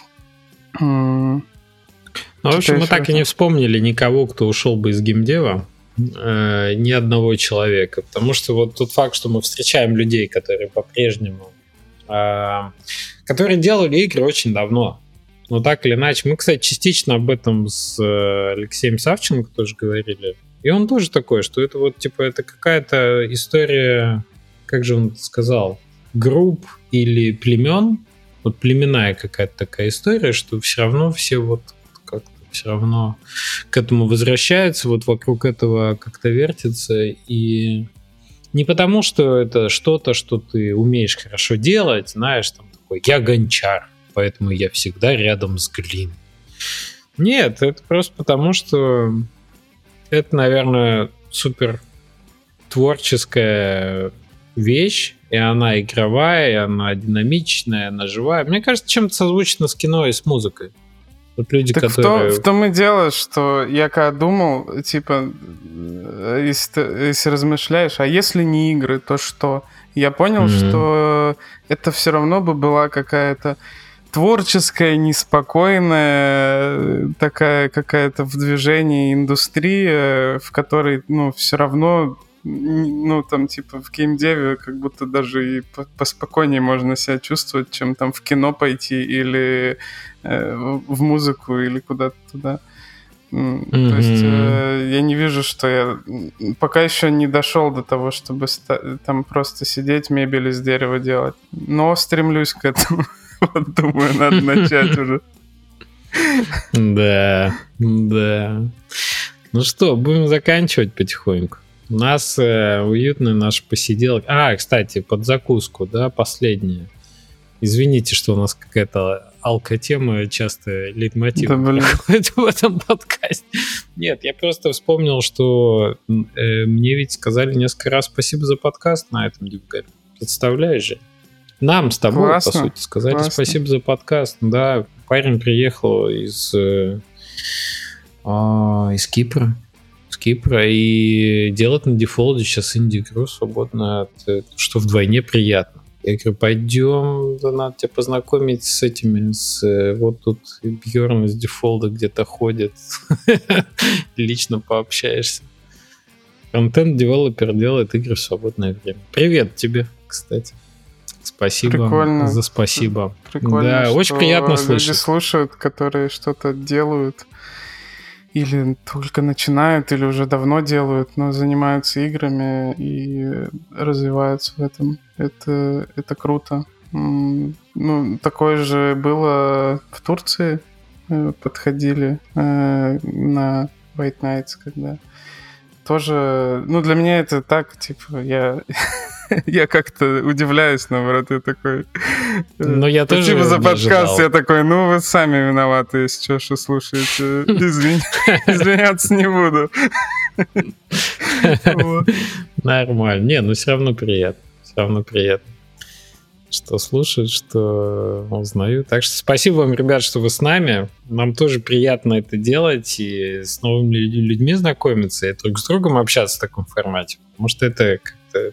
В общем, мы так и не вспомнили никого, кто ушел бы из геймдева, ни одного человека, потому что вот тот факт, что мы встречаем людей, которые по-прежнему, которые делали игры очень давно, но так или иначе, мы, кстати, частично об этом с Алексеем Савченко тоже говорили, и он тоже такой, что это вот типа это какая-то история, как же он сказал, групп или племен, вот племенная какая-то такая история, что все равно все вот все равно к этому возвращаются, вот вокруг этого как-то вертятся, и не потому, что это что-то, что ты умеешь хорошо делать, знаешь, там такой, я гончар, поэтому я всегда рядом с глиной. Нет, это просто потому, что это, наверное, супер творческая вещь, и она игровая, и она динамичная, она живая. Мне кажется, чем-то созвучно с кино и с музыкой. Вот люди, так которые... в том и дело, что я когда думал, типа, если размышляешь, а если не игры, то что? Я понял, что это все равно бы была какая-то творческая, неспокойная, такая какая-то в движении индустрия, в которой, все равно, там, типа, в геймдеве как будто даже и поспокойнее можно себя чувствовать, чем там в кино пойти или в музыку или куда-то туда. То есть я не вижу, что я пока еще не дошел до того, чтобы там просто сидеть, мебель из дерева делать. Но стремлюсь к этому. Вот, думаю, надо начать уже. Да. Ну что, будем заканчивать потихоньку. У нас уютная наша посиделка. Кстати, под закуску, да, последняя. Извините, что у нас какая-то алкотема часто лейтмотив проходит в этом подкасте. Нет, я просто вспомнил, что мне ведь сказали несколько раз спасибо за подкаст на этом дивгаре. Представляешь же? Нам с тобой, по сути, сказали спасибо за подкаст. Да, парень приехал из Кипра. И делать на дефолде сейчас инди-игру свободно, что вдвойне приятно. Я говорю, пойдем, надо тебя познакомить с этими, вот тут Бьерн из дефолда где-то ходит, лично пообщаешься. Контент-девелопер делает игры в свободное время. Привет тебе, кстати. Спасибо. Прикольно. За спасибо. Прикольно, да, очень приятно слышать. Люди слушают, которые что-то делают, или только начинают, или уже давно делают, но занимаются играми и развиваются в этом. Это круто. Такое же было в Турции. Подходили на White Nights, когда тоже... для меня это так, типа, я Я как-то удивляюсь, наоборот, я такой... Ну, я тоже спасибо за подкаст, ожидал. я такой, ну, вы сами виноваты, если что слушаете. Извиняться не буду. Нормально. Не, но все равно приятно. Все равно приятно, что слушают, что узнают. Так что спасибо вам, ребят, что вы с нами. Нам тоже приятно это делать и с новыми людьми знакомиться, и друг с другом общаться в таком формате. Потому что это как-то...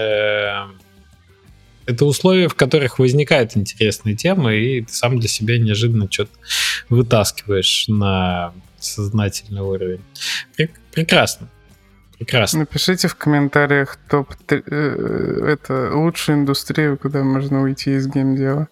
Это условия, в которых возникают интересные темы, и ты сам для себя неожиданно что-то вытаскиваешь на сознательный уровень. Прекрасно. Прекрасно. Напишите в комментариях топ-3 это лучшую индустрию, куда можно уйти из геймдева.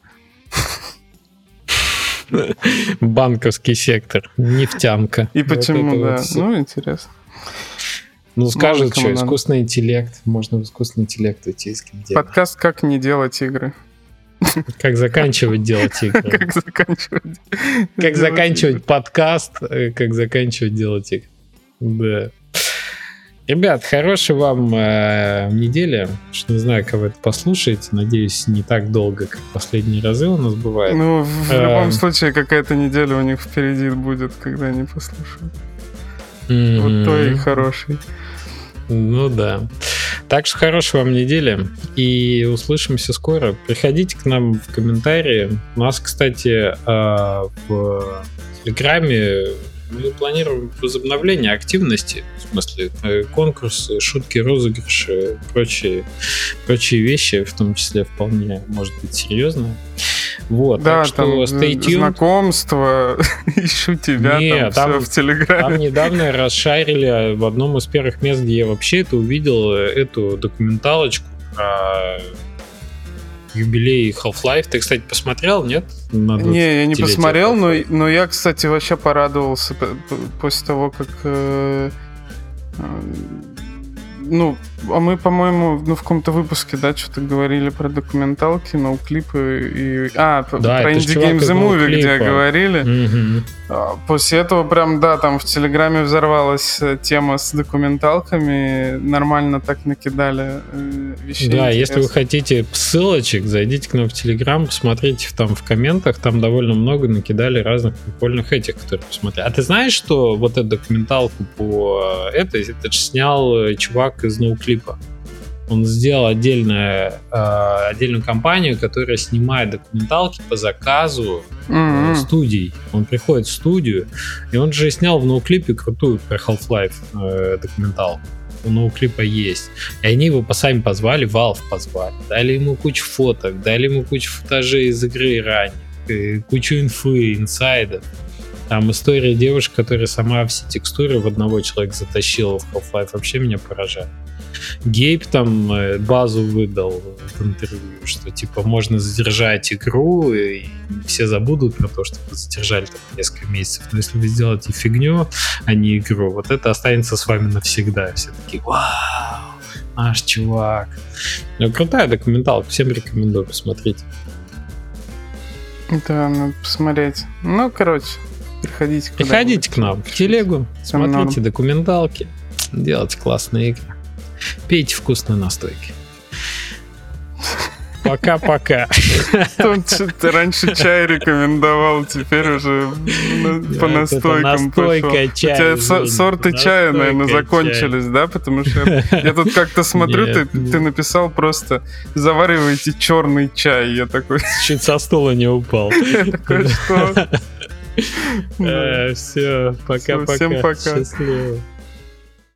Банковский сектор, нефтянка. И почему, вот да. Вот ну, интересно. Ну, скажут, что надо. искусственный интеллект. Можно в искусственный интеллект уйти из геймдева. Подкаст «Как не делать игры». Как заканчивать делать игры. Как заканчивать подкаст, как заканчивать делать игры. Да. Ребят, хорошей вам недели. Что не знаю, как вы это послушаете. Надеюсь, не так долго, как последние разы у нас бывает. Ну, в любом случае, какая-то неделя у них впереди будет, когда они послушают. Вот то и хороший. Ну да. Так что хорошей вам недели. И услышимся скоро. Приходите к нам в комментарии. У нас, кстати, в Телеграме мы планируем возобновление активности, в смысле конкурсы, шутки, розыгрыши, прочие вещи, в том числе вполне, может быть, серьезные. Вот, да, так что stay tuned. Знакомство, ищу тебя, Нет, там все в Телеграме. Там недавно расшарили в одном из первых мест, где я вообще это увидел, эту документалочку про юбилей Half-Life. Ты, кстати, посмотрел, нет? Не, я не посмотрел, но я, кстати, вообще порадовался после того, как... Ну, а мы, по-моему, в каком-то выпуске, да, что-то говорили про документалки, ноуклипы и... про Indie Game The Movie, где говорили. Угу. После этого прям, да, там в Телеграме взорвалась тема с документалками, нормально так накидали вещей. Да, если вы хотите ссылочек, зайдите к нам в Телеграм, посмотрите там в комментах, там довольно много накидали разных прикольных этих, которые посмотрели. А ты знаешь, что вот эту документалку по это же снял чувак из ноуклипа? Он сделал отдельную компанию, которая снимает документалки по заказу студий. Он приходит в студию, и он же снял в ноуклипе крутую про Half-Life документалку. У ноуклипа есть. И они его сами позвали, Valve позвали. Дали ему кучу фоток, дали ему кучу футажей из игры ранее, кучу инфы, инсайдов. Там история девушки, которая сама все текстуры в одного человека затащила в Half-Life, вообще меня поражает. Гейб там базу выдал в интервью, что типа можно задержать игру, и все забудут про то, что вы задержали там несколько месяцев. Но если вы сделаете фигню, а не игру, вот это останется с вами навсегда. Все такие: вау, наш чувак. Ну, крутая документалка, всем рекомендую посмотреть. Да, надо посмотреть. Ну, короче, приходите к нам в телегу, смотрите документалки, делайте классные игры, пейте вкусные настойки. Пока-пока. Ты раньше чай рекомендовал, теперь уже по настойкам пошел. У тебя сорты чая, наверное, закончились, да? Потому что я тут как-то смотрю, ты написал просто «заваривайте черный чай». Я такой... Чуть со стула не упал. Я такой, что... Все, пока-пока. Всем пока. Счастливо.